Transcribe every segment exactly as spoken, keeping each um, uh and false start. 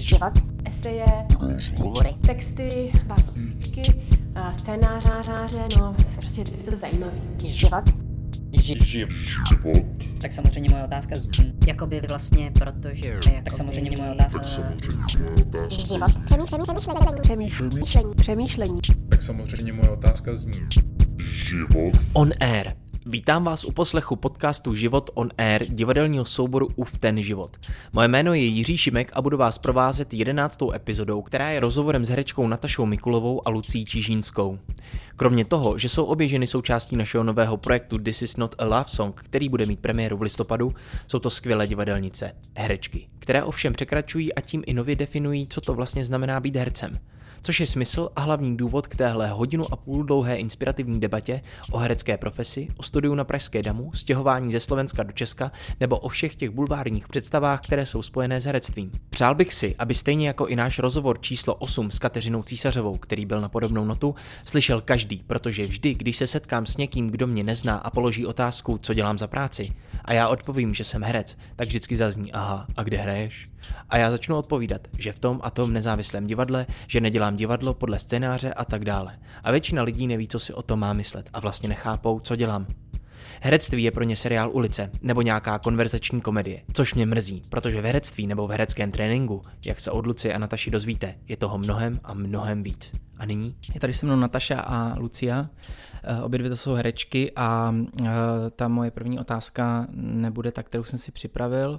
život, eseje, hovory, texty, básničky, scénáře, no prostě je to zajímavý. Život. Život. Tak samozřejmě moje otázka z... Jakoby vlastně, protože... Jakoby... Tak samozřejmě moje otázka... Život. Přemýšlení. Přemýšlení. Tak samozřejmě moje otázka zní. Život. On Air. Vítám vás u poslechu podcastu Život on Air divadelního souboru Uf ten život. Moje jméno je Jiří Šimek a budu vás provázet jedenáctou epizodou, která je rozhovorem s herečkou Natašou Mikulovou a Lucí Čižínskou. Kromě toho, že jsou obě ženy součástí našeho nového projektu This is not a love song, který bude mít premiéru v listopadu, jsou to skvělé divadelnice, herečky, které ovšem překračují a tím i nově definují, co to vlastně znamená být hercem. Což je smysl a hlavní důvod k téhle hodinu a půl dlouhé inspirativní debatě o herecké profesi, o studiu na Pražské damu, stěhování ze Slovenska do Česka nebo o všech těch bulvárních představách, které jsou spojené s herectvím. Přál bych si, aby stejně jako i náš rozhovor číslo osm s Kateřinou Císařovou, který byl na podobnou notu, slyšel každý, protože vždy, když se setkám s někým, kdo mě nezná a položí otázku, co dělám za práci, a já odpovím, že jsem herec, tak vždycky zazní: aha, a kde hraješ? A já začnu odpovídat, že v tom a tom nezávislém divadle, že nedělám divadlo podle scénáře a tak dále. A většina lidí neví, co si o tom má myslet a vlastně nechápou, co dělám. Herectví je pro ně seriál Ulice nebo nějaká konverzační komedie, což mě mrzí, protože v herectví nebo v hereckém tréninku, jak se od Lucie a Nataši dozvíte, je toho mnohem a mnohem víc. A nyní je tady se mnou Nataša a Lucia, obě dvě to jsou herečky a ta moje první otázka nebude ta, kterou jsem si připravil.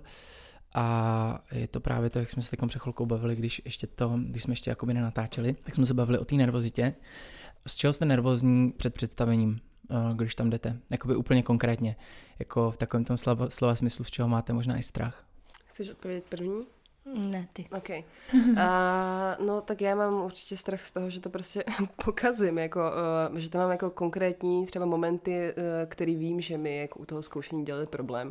A je to právě to, jak jsme se takom před chvilkou bavili, když, ještě to, když jsme ještě jakoby nenatáčeli, tak jsme se bavili o té nervozitě. Z čeho jste nervózní před představením, když tam jdete? Jakoby úplně konkrétně, jako v takovém tom slova, slova smyslu, z čeho máte možná i strach. Chceš odpovědět první? Ne, ty. OK. Uh, no tak já mám určitě strach z toho, že to prostě pokazím, jako, uh, že tam mám jako konkrétní třeba momenty, uh, který vím, že mi jako u toho zkoušení dělali problém.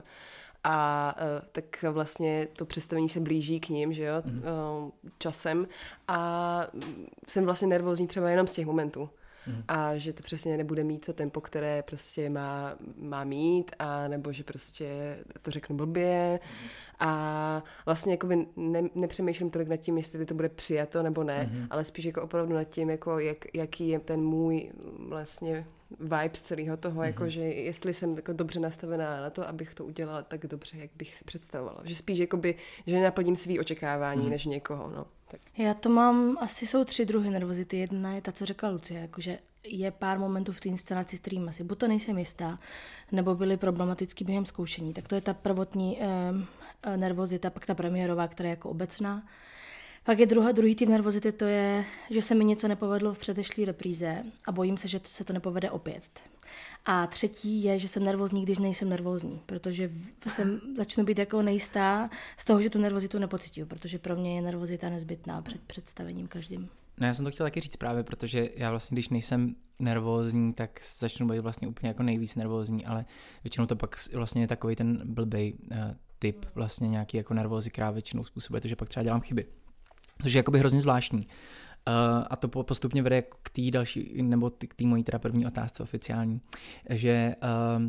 A uh, tak vlastně to představení se blíží k ním, že jo, mm. uh, časem a jsem vlastně nervózní třeba jenom z těch momentů. Mm. A že to přesně nebude mít to tempo, které prostě má, má mít, a nebo že prostě to řeknu blbě. Mm. A vlastně jakoby ne, nepřemýšlím tolik nad tím, jestli to bude přijato nebo ne, mm. ale spíš jako opravdu nad tím, jako jak, jaký je ten můj vlastně vibe z celého toho, mm-hmm. jako, že jestli jsem jako dobře nastavená na to, abych to udělala tak dobře, jak bych si představovala. Že spíš jakoby, že naplním svý očekávání mm. než někoho. No. Tak. Já to mám, asi jsou tři druhy nervozity. Jedna je ta, co řekla Lucie, jakože je pár momentů v té inscenaci, s kterým asi buď to nejsem jistá, nebo byly problematický během zkoušení. Tak to je ta prvotní eh, nervozita, pak ta premiérová, která je jako obecná. Pak je druhá, druhý typ nervozity, to je, že se mi něco nepovedlo v předešlý repríze a bojím se, že to, se to nepovede opět. A třetí je, že jsem nervózní, když nejsem nervózní, protože jsem, začnu být jako nejistá z toho, že tu nervozitu nepocituju, protože pro mě je nervozita nezbytná před představením každým. No já jsem to chtěla taky říct právě, protože já vlastně, když nejsem nervózní, tak začnu být vlastně úplně jako nejvíc nervózní, ale většinou to pak vlastně je takový ten blbej uh, typ vlastně nějaký jako nervózy, která většinou způsobuje to, že pak třeba dělám chyby. Což je jakoby hrozně zvláštní. Uh, a to postupně vede k té další, nebo k té mojí teda první otázce oficiální, že uh,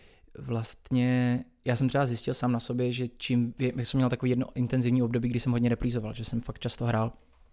vlastně já jsem třeba zjistil sám na sobě, že čím, jak jsem měl takový jedno intenzivní období, kdy jsem hodně reprízoval, že jsem fakt často hrál.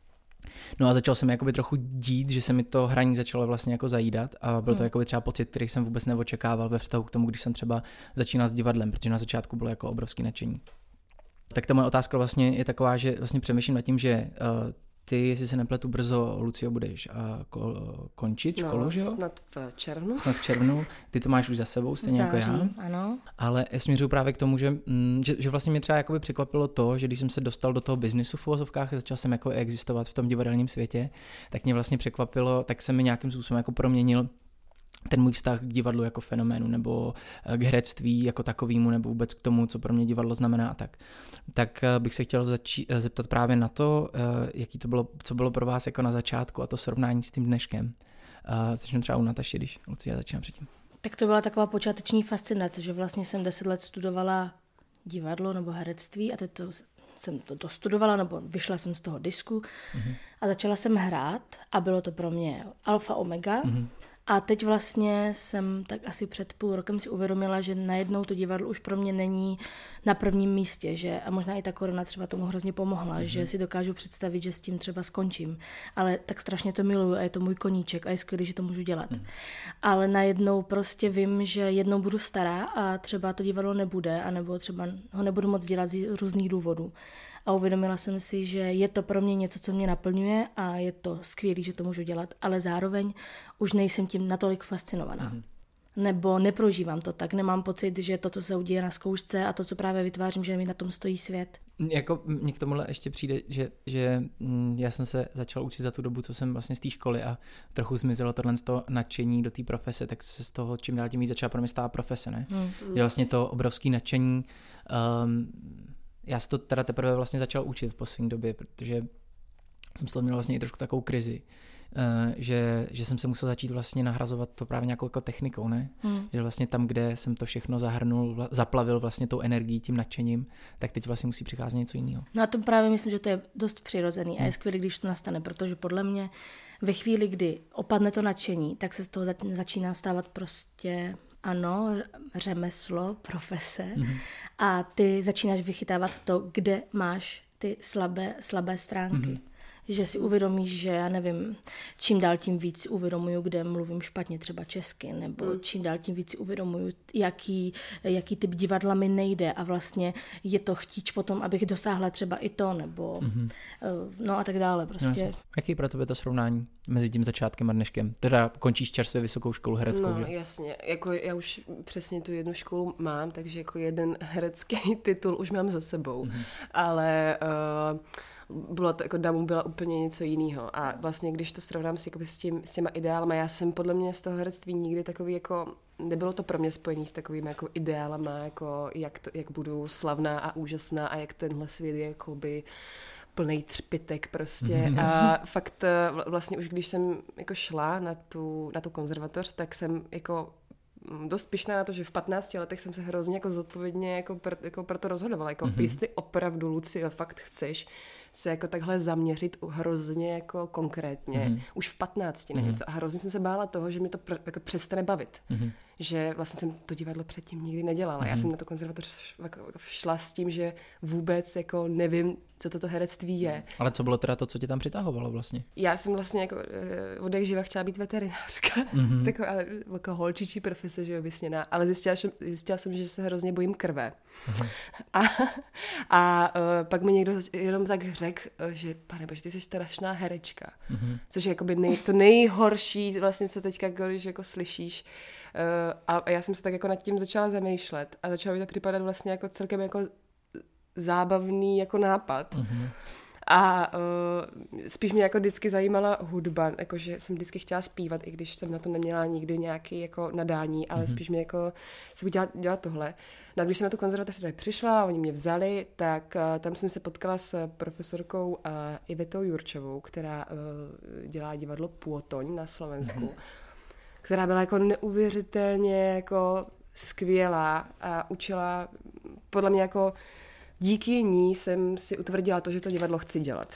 No a začal jsem jakoby trochu dít, že se mi to hraní začalo vlastně jako zajídat a byl to jakoby třeba pocit, který jsem vůbec neočekával ve vztahu k tomu, když jsem třeba začínal s divadlem, protože na začátku bylo jako obrovský nadšení. Tak ta moje otázka vlastně je taková, že vlastně přemýšlím nad tím, že uh, ty, jestli se nepletu, brzo, Lucio, budeš uh, ko, končit školu, no, že jo? snad v červnu. Snad v červnu. Ty to máš už za sebou, stejně Září, jako já. Ano. Ale směřuju právě k tomu, že, mm, že, že vlastně mě třeba jakoby překvapilo to, že když jsem se dostal do toho biznisu v uvozovkách a začal jsem jako existovat v tom divadelním světě, tak mě vlastně překvapilo, tak se mi nějakým způsobem jako proměnil ten můj vztah k divadlu jako fenoménu, nebo k herectví jako takovému, nebo vůbec k tomu, co pro mě divadlo znamená a tak. Tak bych se chtěl začít, zeptat právě na to, jaký to bylo, co bylo pro vás jako na začátku a to srovnání s tím dneškem. Začneme třeba u Nataši, když Lucia začíná předtím. Tak to byla taková počáteční fascinace, že vlastně jsem deset let studovala divadlo nebo herectví a teď to jsem to dostudovala, nebo vyšla jsem z toho disku mm-hmm. a začala jsem hrát a bylo to pro mě alfa omega. Mm-hmm. A teď vlastně jsem tak asi před půl rokem si uvědomila, že najednou to divadlo už pro mě není na prvním místě, že a možná i ta korona třeba tomu hrozně pomohla, mm-hmm. že si dokážu představit, že s tím třeba skončím. Ale tak strašně to miluju a je to můj koníček a je skvělý, že to můžu dělat. Mm. Ale najednou prostě vím, že jednou budu stará a třeba to divadlo nebude, anebo třeba ho nebudu moc dělat z různých důvodů. A uvědomila jsem si, že je to pro mě něco, co mě naplňuje a je to skvělý, že to můžu dělat, ale zároveň už nejsem tím natolik fascinovaná. Mm. Nebo neprožívám to tak, nemám pocit, že to, co se uděje na zkoušce a to, co právě vytvářím, že mi na tom stojí svět. Jako mně k tomuhle ještě přijde, že, že já jsem se začal učit za tu dobu, co jsem vlastně z té školy a trochu zmizelo tohle z toho nadšení do té profese, tak se z toho čím dál tím víc začala pro mě stát profese, ne? Hmm. Že vlastně to obrovské nadšení, um, já se to teda teprve vlastně začal učit v poslední době, protože jsem z toho měl vlastně i trošku takovou krizi. Uh, že, že jsem se musel začít vlastně nahrazovat to právě nějakou jako technikou, ne? Hmm. Že vlastně tam, kde jsem to všechno zahrnul, vla, zaplavil vlastně tou energií, tím nadšením, tak teď vlastně musí přicházet něco jiného. No a to právě myslím, že to je dost přirozený hmm. a je skvělé, když to nastane, protože podle mě ve chvíli, kdy opadne to nadšení, tak se z toho začíná stávat prostě ano, řemeslo, profese hmm. a ty začínáš vychytávat to, kde máš ty slabé, slabé stránky. Hmm. Že si uvědomíš, že já nevím, čím dál tím víc si uvědomuju, kde mluvím špatně třeba česky, nebo mm. čím dál tím víc si uvědomuju, jaký, jaký typ divadla mi nejde a vlastně je to chtíč potom, abych dosáhla třeba i to, nebo mm-hmm. no a tak dále. Prostě. No, jaký je pro tebe to srovnání mezi tím začátkem a dneškem? Teda končíš čerstvě vysokou školu hereckou, No že? jasně, jako já už přesně tu jednu školu mám, takže jako jeden herecký titul už mám za sebou, mm-hmm. ale... Uh, bylo to, jako Damu byla úplně něco jiného. A vlastně, když to srovnám s, jakoby, s, tím, s těma ideálama, já jsem podle mě z toho herectví nikdy takový jako, nebylo to pro mě spojený s takovými jako ideálama, jako jak, to, jak budu slavná a úžasná a jak tenhle svět je jakoby plnej třpitek prostě. A fakt vlastně už když jsem jako šla na tu, na tu konzervatoř, tak jsem jako dost pyšná na to, že v patnácti letech jsem se hrozně jako zodpovědně jako pro, jako pro to rozhodovala. Jako, mm-hmm. Jestli opravdu, Lucie, fakt chceš se jako takhle zaměřit hrozně jako konkrétně, mm-hmm. už v patnácti na mm-hmm. něco. A hrozně jsem se bála toho, že mi to pr- jako přestane bavit. Mm-hmm. Že vlastně jsem to divadlo předtím nikdy nedělala. Mm-hmm. Já jsem na to konzervatoř jako šla s tím, že vůbec jako nevím, co toto herectví je. Ale co bylo teda to, co tě tam přitahovalo vlastně? Já jsem vlastně jako od jak živa chtěla být veterinářka. Mm-hmm. Taková ale, jako holčičí profese, že jo, vysněná. Ale zjistila, že, zjistila jsem, že se hrozně bojím krve. Mm-hmm. A, a uh, pak mi někdo jenom tak řekl, že pane bože, ty jsi strašná herečka. Mm-hmm. Což je jakoby nej, to nejhorší vlastně, co teďka, když jako slyšíš. Uh, a já jsem se tak jako nad tím začala zamýšlet a začala mi to připadat vlastně jako celkem jako zábavný jako nápad. Mm-hmm. A uh, spíš mě jako vždycky zajímala hudba, jakože jsem vždycky chtěla zpívat, i když jsem na to neměla nikdy nějaký jako nadání, ale mm-hmm. spíš mě jako se dělat, dělat tohle. No a když jsem na tu konzervatoř tady přišla, oni mě vzali, tak uh, tam jsem se potkala s profesorkou uh, Ivetou Jurčovou, která uh, dělá divadlo Půtoň na Slovensku, mm-hmm. která byla jako neuvěřitelně jako skvělá a učila, podle mě jako díky ní jsem si utvrdila to, že to divadlo chci dělat.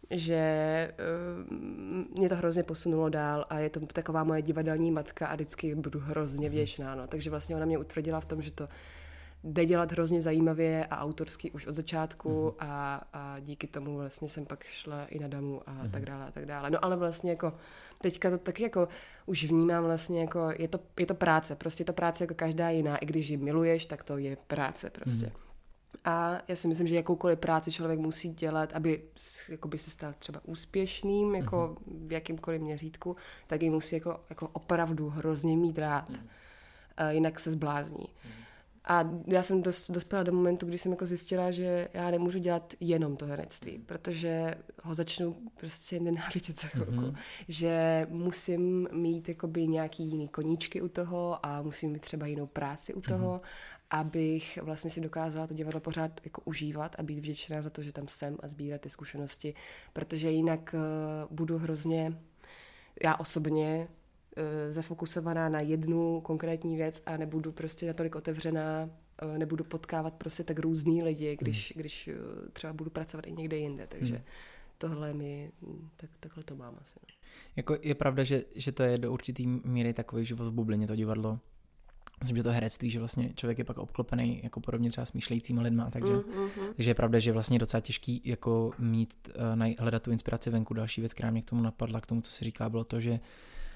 Že uh, mě to hrozně posunulo dál a je to taková moje divadelní matka a vždycky budu hrozně vděčná. No. Takže vlastně ona mě utvrdila v tom, že to jde dělat hrozně zajímavě a autorsky už od začátku mm-hmm. a, a díky tomu vlastně jsem pak šla i na Damu a mm-hmm. tak dále a tak dále. No ale vlastně jako teďka to taky jako už vnímám vlastně jako je to, je to práce, prostě je to práce jako každá jiná, i když ji miluješ, tak to je práce prostě. Mm-hmm. A já si myslím, že jakoukoliv práci člověk musí dělat, aby jakoby se stal třeba úspěšným, jako mm-hmm. v jakýmkoliv měřítku, tak ji musí jako, jako opravdu hrozně mít rád. Mm-hmm. A jinak se zblázní. Mm-hmm. A já jsem dos, dospěla do momentu, kdy jsem jako zjistila, že já nemůžu dělat jenom to herectví, protože ho začnu prostě nenávidět za chvilku. Mm-hmm. Že musím mít jakoby nějaký jiný koníčky u toho a musím mít třeba jinou práci u toho, mm-hmm. abych vlastně si dokázala to divadlo pořád jako užívat a být vděčná za to, že tam jsem a sbírat ty zkušenosti, protože jinak uh, budu hrozně, já osobně, uh, zafokusovaná na jednu konkrétní věc a nebudu prostě natolik otevřená, uh, nebudu potkávat prostě tak různý lidi, když, hmm. když uh, třeba budu pracovat i někde jinde, takže hmm. tohle mi, tak, takhle to mám asi. No. Jako je pravda, že, že to je do určitý míry takový život v bublině, to divadlo. Myslím, že to herectví, že vlastně člověk je pak obklopený jako podobně třeba smýšlejícíma lidma, takže, mm, mm, takže je pravda, že je vlastně docela těžký jako mít, uh, hledat tu inspiraci venku. Další věc, která mě k tomu napadla, k tomu, co se říká, bylo to, že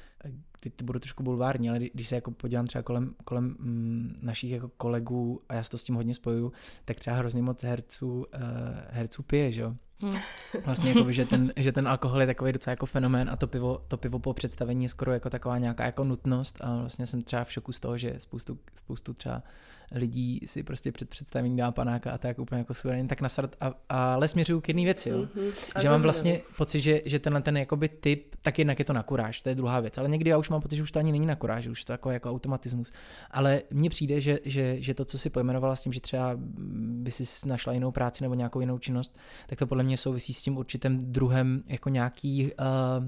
teď to budu trošku bulvární, ale když se jako podívám třeba kolem, kolem mm, našich jako kolegů, a já se to s tím hodně spojuju, tak třeba hrozně moc herců, uh, herců pije, že jo? Hmm. Vlastně jako, že ten, že ten alkohol je takový docela jako fenomén a to pivo, to pivo po představení je skoro jako taková nějaká jako nutnost a vlastně jsem třeba v šoku z toho, že spoustu, spoustu třeba lidí si prostě před představením dá panáka a tak úplně jako suverénně tak nasrat a, ale směřuju k jedné věci, jo. Mm-hmm. Že mám vlastně pocit, že, že tenhle ten jakoby typ, tak jednak je to na kuráž, to je druhá věc, ale někdy já už mám pocit, že už to ani není na kuráž, už to jako, jako automatismus, ale mně přijde, že, že, že to, co si pojmenovala s tím, že třeba by si našla jinou práci nebo nějakou jinou činnost, tak to podle mě souvisí s tím určitým druhem jako nějaký uh,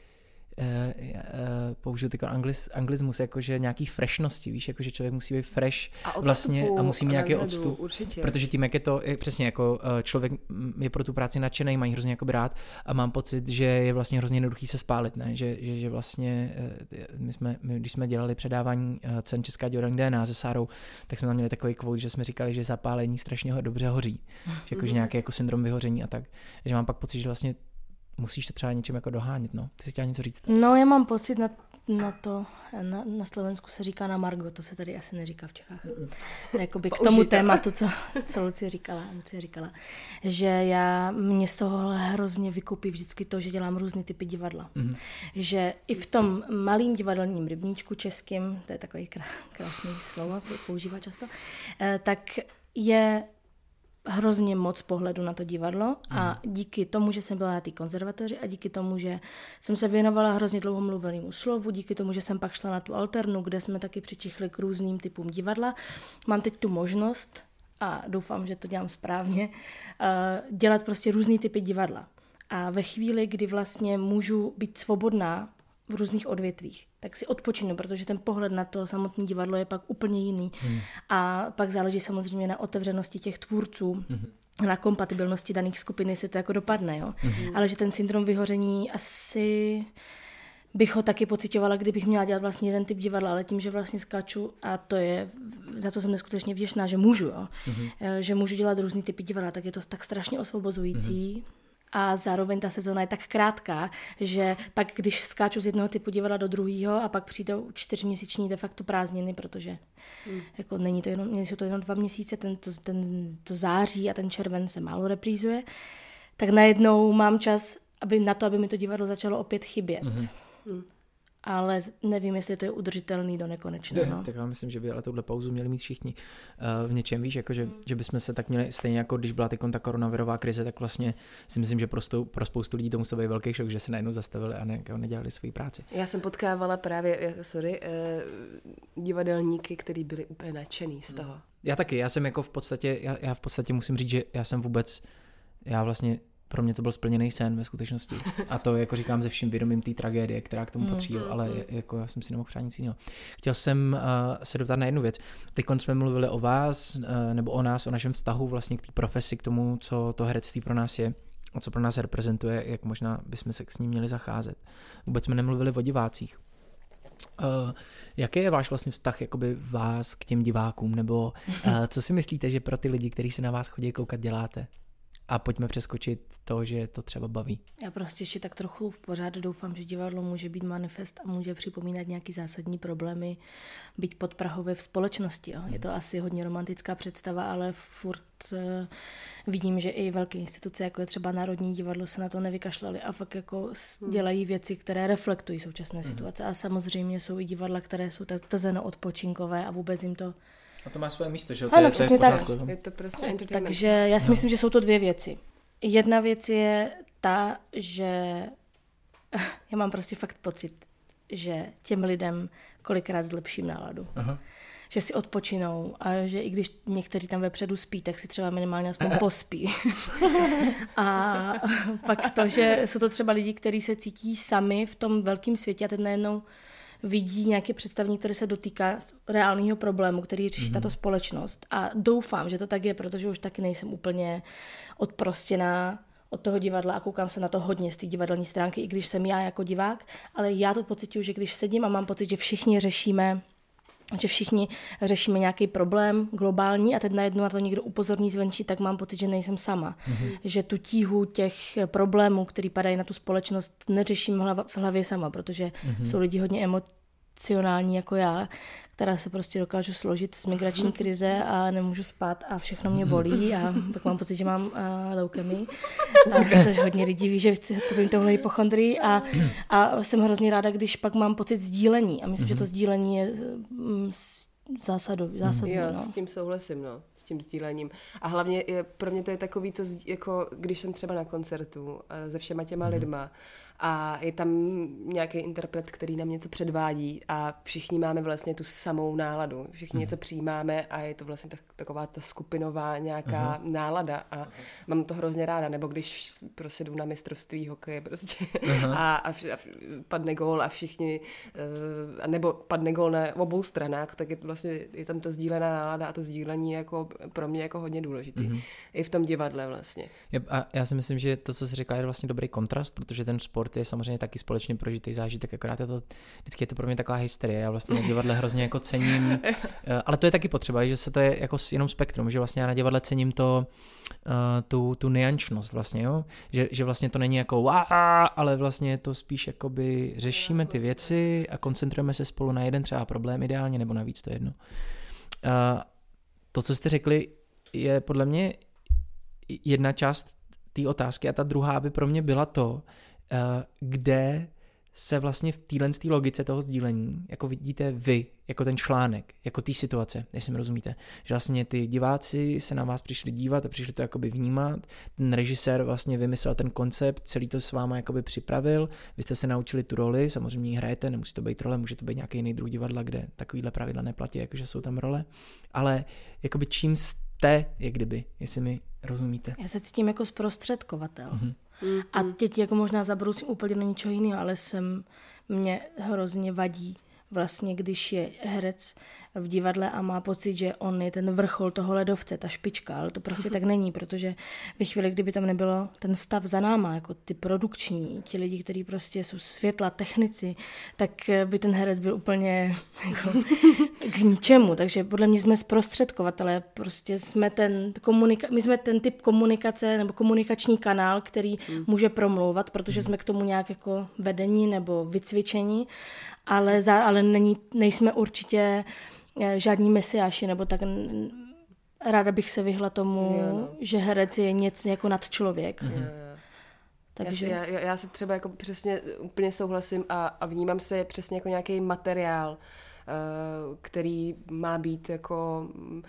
Uh, uh, použiju takový anglis, anglismus, jakože nějaký freshnosti, víš, jakože člověk musí být fresh a odstupu, vlastně a musí mít nějaký odstup, určitě. Protože tím, jak je to, je, přesně jako uh, člověk je pro tu práci nadšený, mají hrozně jakoby rád a mám pocit, že je vlastně hrozně jednoduchý se spálit, ne, že, že, že vlastně uh, my jsme, my, když jsme dělali předávání uh, cen Česká divadelní D N A se Sárou, tak jsme tam měli takový quote, že jsme říkali, že zapálení strašně dobře hoří, že jakože nějaký jako syndrom vyhoření a tak, že mám pak pocit, že vlastně musíš to třeba něčem jako dohánět, no. Ty si chtěla něco říct? No, já mám pocit na, na to, na, na Slovensku se říká na Margo, to se tady asi neříká v Čechách. To je jakoby k tomu tématu, co, co Lucie říkala, Lucie říkala, že já, mě z toho hrozně vykupí vždycky to, že dělám různý typy divadla. Mm-hmm. Že i v tom malým divadelním rybníčku českým, to je takový krásný slovo, se používá často, tak je hrozně moc pohledu na to divadlo a díky tomu, že jsem byla na té konzervatoři a díky tomu, že jsem se věnovala hrozně dlouho mluvenému slovu, díky tomu, že jsem pak šla na tu alternu, kde jsme taky přičichli k různým typům divadla, mám teď tu možnost, a doufám, že to dělám správně, dělat prostě různý typy divadla. A ve chvíli, kdy vlastně můžu být svobodná v různých odvětvích, tak si odpočinu, protože ten pohled na to samotné divadlo je pak úplně jiný. Hmm. A pak záleží samozřejmě na otevřenosti těch tvůrců, hmm. na kompatibilnosti daných skupin, jestli to jako dopadne. Jo? Hmm. Ale že ten syndrom vyhoření asi bych ho taky pocitovala, kdybych měla dělat vlastně jeden typ divadla, ale tím, že vlastně skáču, a to je, za co jsem neskutečně vděčná, že můžu, jo? Hmm. že můžu dělat různý typy divadla, tak je to tak strašně osvobozující. Hmm. A zároveň ta sezóna je tak krátká, že pak, když skáču z jednoho typu divadla do druhého a pak přijdou čtyřměsíční de facto prázdniny, protože hmm. jako není to jenom, jsou to jenom dva měsíce, ten, to, ten, to září a ten červen se málo reprízuje, tak najednou mám čas aby, na to, aby mi to divadlo začalo opět chybět. Hmm. Hmm. Ale nevím, jestli to je udržitelný do nekonečna. No. Tak já myslím, že by ale tuhle pauzu měli mít všichni uh, v něčem, víš, jako že, že bychom se tak měli, stejně jako když byla ta koronavirová krize, tak vlastně si myslím, že pro, stou, pro spoustu lidí to musel být velký šok, že se najednou zastavili a ne, nedělali svoji práci. Já jsem potkávala právě, sorry, uh, divadelníky, kteří byli úplně nadšený z toho. Já taky, já jsem jako v podstatě, já, já v podstatě musím říct, že já jsem vůbec, já vlastně pro mě to byl splněný sen ve skutečnosti. A to jako říkám ze vším vědomím té tragédie, která k tomu patří, ale jako já jsem si nemohl přát nic jiného. Chtěl jsem uh, se doptat na jednu věc. Teď jsme mluvili o vás, uh, nebo o nás, o našem vztahu vlastně k té profesi, k tomu, co to herectví pro nás je, a co pro nás reprezentuje, jak možná bychom se s ním měli zacházet. Vůbec jsme nemluvili o divácích. Uh, jaký je váš vlastně vztah jakoby vás k těm divákům, nebo uh, co si myslíte, že pro ty lidi, kteří se na vás chodí koukat, děláte? A pojďme přeskočit to, že to třeba baví. Já prostě ještě tak trochu v pořád doufám, že divadlo může být manifest a může připomínat nějaký zásadní problémy, být podprahově v společnosti. Jo. Je to asi hodně romantická představa, ale furt uh, vidím, že i velké instituce, jako je třeba Národní divadlo, se na to nevykašlaly a fakt jako dělají věci, které reflektují současné hmm. situace. A samozřejmě jsou i divadla, které jsou tzeno odpočinkové a vůbec jim to a to má svoje místo, že? Ano, přesně tak. Je to prostě entertainment. Takže já si no. myslím, že jsou to dvě věci. Jedna věc je ta, že já mám prostě fakt pocit, že těm lidem kolikrát zlepším náladu. Aha. Že si odpočinou a že i když někteří tam vepředu spí, tak si třeba minimálně aspoň pospí. A pak to, že jsou to třeba lidi, kteří se cítí sami v tom velkém světě a teď najednou vidí nějaké představení, které se dotýká reálného problému, který řeší mm-hmm. tato společnost. A doufám, že to tak je, protože už taky nejsem úplně odprostěná od toho divadla a koukám se na to hodně z té divadelní stránky, i když jsem já jako divák, ale já to pociťuju, že když sedím a mám pocit, že všichni řešíme že všichni řešíme nějaký problém globální a teď najednou na to někdo upozorní zvenčí, tak mám pocit, že nejsem sama. Mm-hmm. Že tu tíhu těch problémů, který padají na tu společnost, neřeším v hlavě sama, protože mm-hmm. jsou lidi hodně emocionální jako já, která se prostě dokážu složit z migrační krize a nemůžu spát a všechno mě bolí a pak mám pocit, že mám uh, leukemii. A což hodně lidí ví, že to vím tohle hypochondrii a, a jsem hrozně ráda, když pak mám pocit sdílení a myslím, mm-hmm. že to sdílení je um, zásadu, zásadní. Jo, no. s tím souhlasím, no, s tím sdílením. A hlavně je, pro mě to je takový to, jako když jsem třeba na koncertu se všema těma mm-hmm. lidma a je tam nějaký interpret, který nám něco předvádí a všichni máme vlastně tu samou náladu. Všichni mm. něco přijímáme a je to vlastně tak, taková ta skupinová nějaká Aha. nálada a Aha. mám to hrozně ráda. Nebo když prostě jdu na mistrovství hokeje prostě a, a, a padne gól a všichni, uh, nebo padne gól na obou stranách, tak je to vlastně, je tam ta sdílená nálada a to sdílení jako pro mě jako hodně důležitý. Mm. I v tom divadle vlastně. A já si myslím, že to, co jsi řekla, je vlastně dobrý kontrast, protože ten sport je samozřejmě taky společně prožitý zážitek, akorát je to, vždycky je to pro mě taková hysterie, já vlastně na divadle hrozně jako cením, ale to je taky potřeba, že se to je jako jenom spektrum, že vlastně já na divadle cením to, tu, tu niančnost vlastně, jo? Že, že vlastně to není jako ale vlastně je to spíš jakoby řešíme ty věci a koncentrujeme se spolu na jeden třeba problém ideálně, nebo na víc, to je jedno. To, co jste řekli, je podle mě jedna část té otázky a ta druhá by pro mě byla to, kde se vlastně v téhle logice toho sdílení, jako vidíte vy, jako ten článek, jako té situace, jestli mi rozumíte, že vlastně ty diváci se na vás přišli dívat a přišli to jakoby vnímat, ten režisér vlastně vymyslel ten koncept, celý to s váma jakoby připravil, vy jste se naučili tu roli, samozřejmě ji hrajete, nemusí to být role, může to být nějaký jiný druh divadla, kde takovýhle pravidla neplatí, jakože jsou tam role, ale jakoby čím jste, jak kdyby, jestli mi rozumíte. Já se cítím jako zprostředkovatel. Mm-hmm. Mm-hmm. A teď jako možná zabrousím úplně na něčeho jiného, ale jsem, mě hrozně vadí vlastně, když je herec v divadle a má pocit, že on je ten vrchol toho ledovce, ta špička, ale to prostě tak není, protože ve chvíli, kdyby tam nebylo ten stav za náma, jako ty produkční, ti lidi, kteří prostě jsou světla, technici, tak by ten herec byl úplně jako k ničemu, takže podle mě jsme zprostředkovatelé, prostě jsme ten komunika- my jsme ten typ komunikace nebo komunikační kanál, který hmm. může promlouvat, protože jsme k tomu nějak jako vedení nebo vycvičení, ale, za, ale není, nejsme určitě žádní mesiáši, nebo tak ráda bych se vyhla tomu, jo, no. že herec je něco jako nadčlověk. Jo, jo. Takže... Já, já, já se třeba jako přesně úplně souhlasím a, a vnímám se přesně jako nějaký materiál, uh, který má být jako...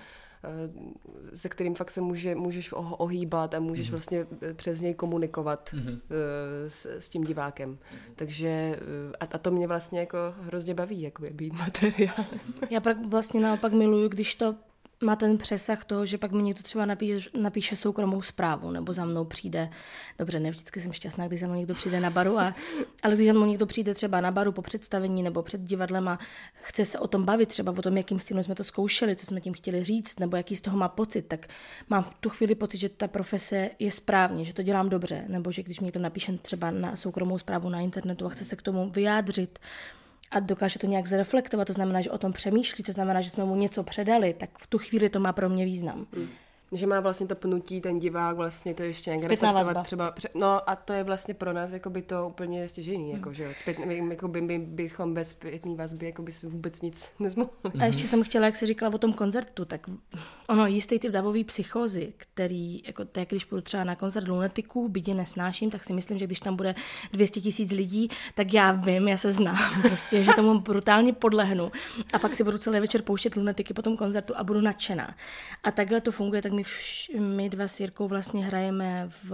se kterým fakt se může, můžeš ohýbat a můžeš mm-hmm. vlastně přes něj komunikovat mm-hmm. s, s tím divákem. Mm-hmm. Takže a, a to mě vlastně jako hrozně baví, jakoby být materiálem. Já pak vlastně naopak miluju, když to má ten přesah toho, že pak mi někdo třeba napíše, napíše soukromou zprávu, nebo za mnou přijde, dobře, ne vždycky jsem šťastná, když za mnou někdo přijde na baru, a, ale když za mnou někdo přijde třeba na baru po představení nebo před divadlem a chce se o tom bavit, třeba o tom, jakým stylem jsme to zkoušeli, co jsme tím chtěli říct, nebo jaký z toho má pocit, tak mám v tu chvíli pocit, že ta profese je správně, že to dělám dobře, nebo že když mi někdo napíše třeba na soukromou zprávu na internetu a chce se k tomu vyjádřit, a dokáže to nějak zreflektovat, to znamená, že o tom přemýšlí, to znamená, že jsme mu něco předali, tak v tu chvíli to má pro mě význam. Hmm. Že má vlastně to pnutí, ten divák vlastně to ještě nějak reflektovat třeba, no a to je vlastně pro nás jakoby to úplně stěžejný, jako, že jo, zpětný, jako by, my bychom bez zpětný vazby jako by si vůbec nic nezmohli. A ještě jsem chtěla, jak jsi říkala o tom koncertu, tak ono, jistý typ davový psychózy, který, jako tak, když půjdu třeba na koncert lunatiků, byť je nesnáším, tak si myslím, že když tam bude dvě stě tisíc lidí, tak já vím, já se znám, prostě, že tomu brutálně podlehnu a pak si budu celý večer pouštět lunatiky po tom koncertu a budu nadšená. A takhle to funguje, tak my, vš- my dva s Jirkou vlastně hrajeme v,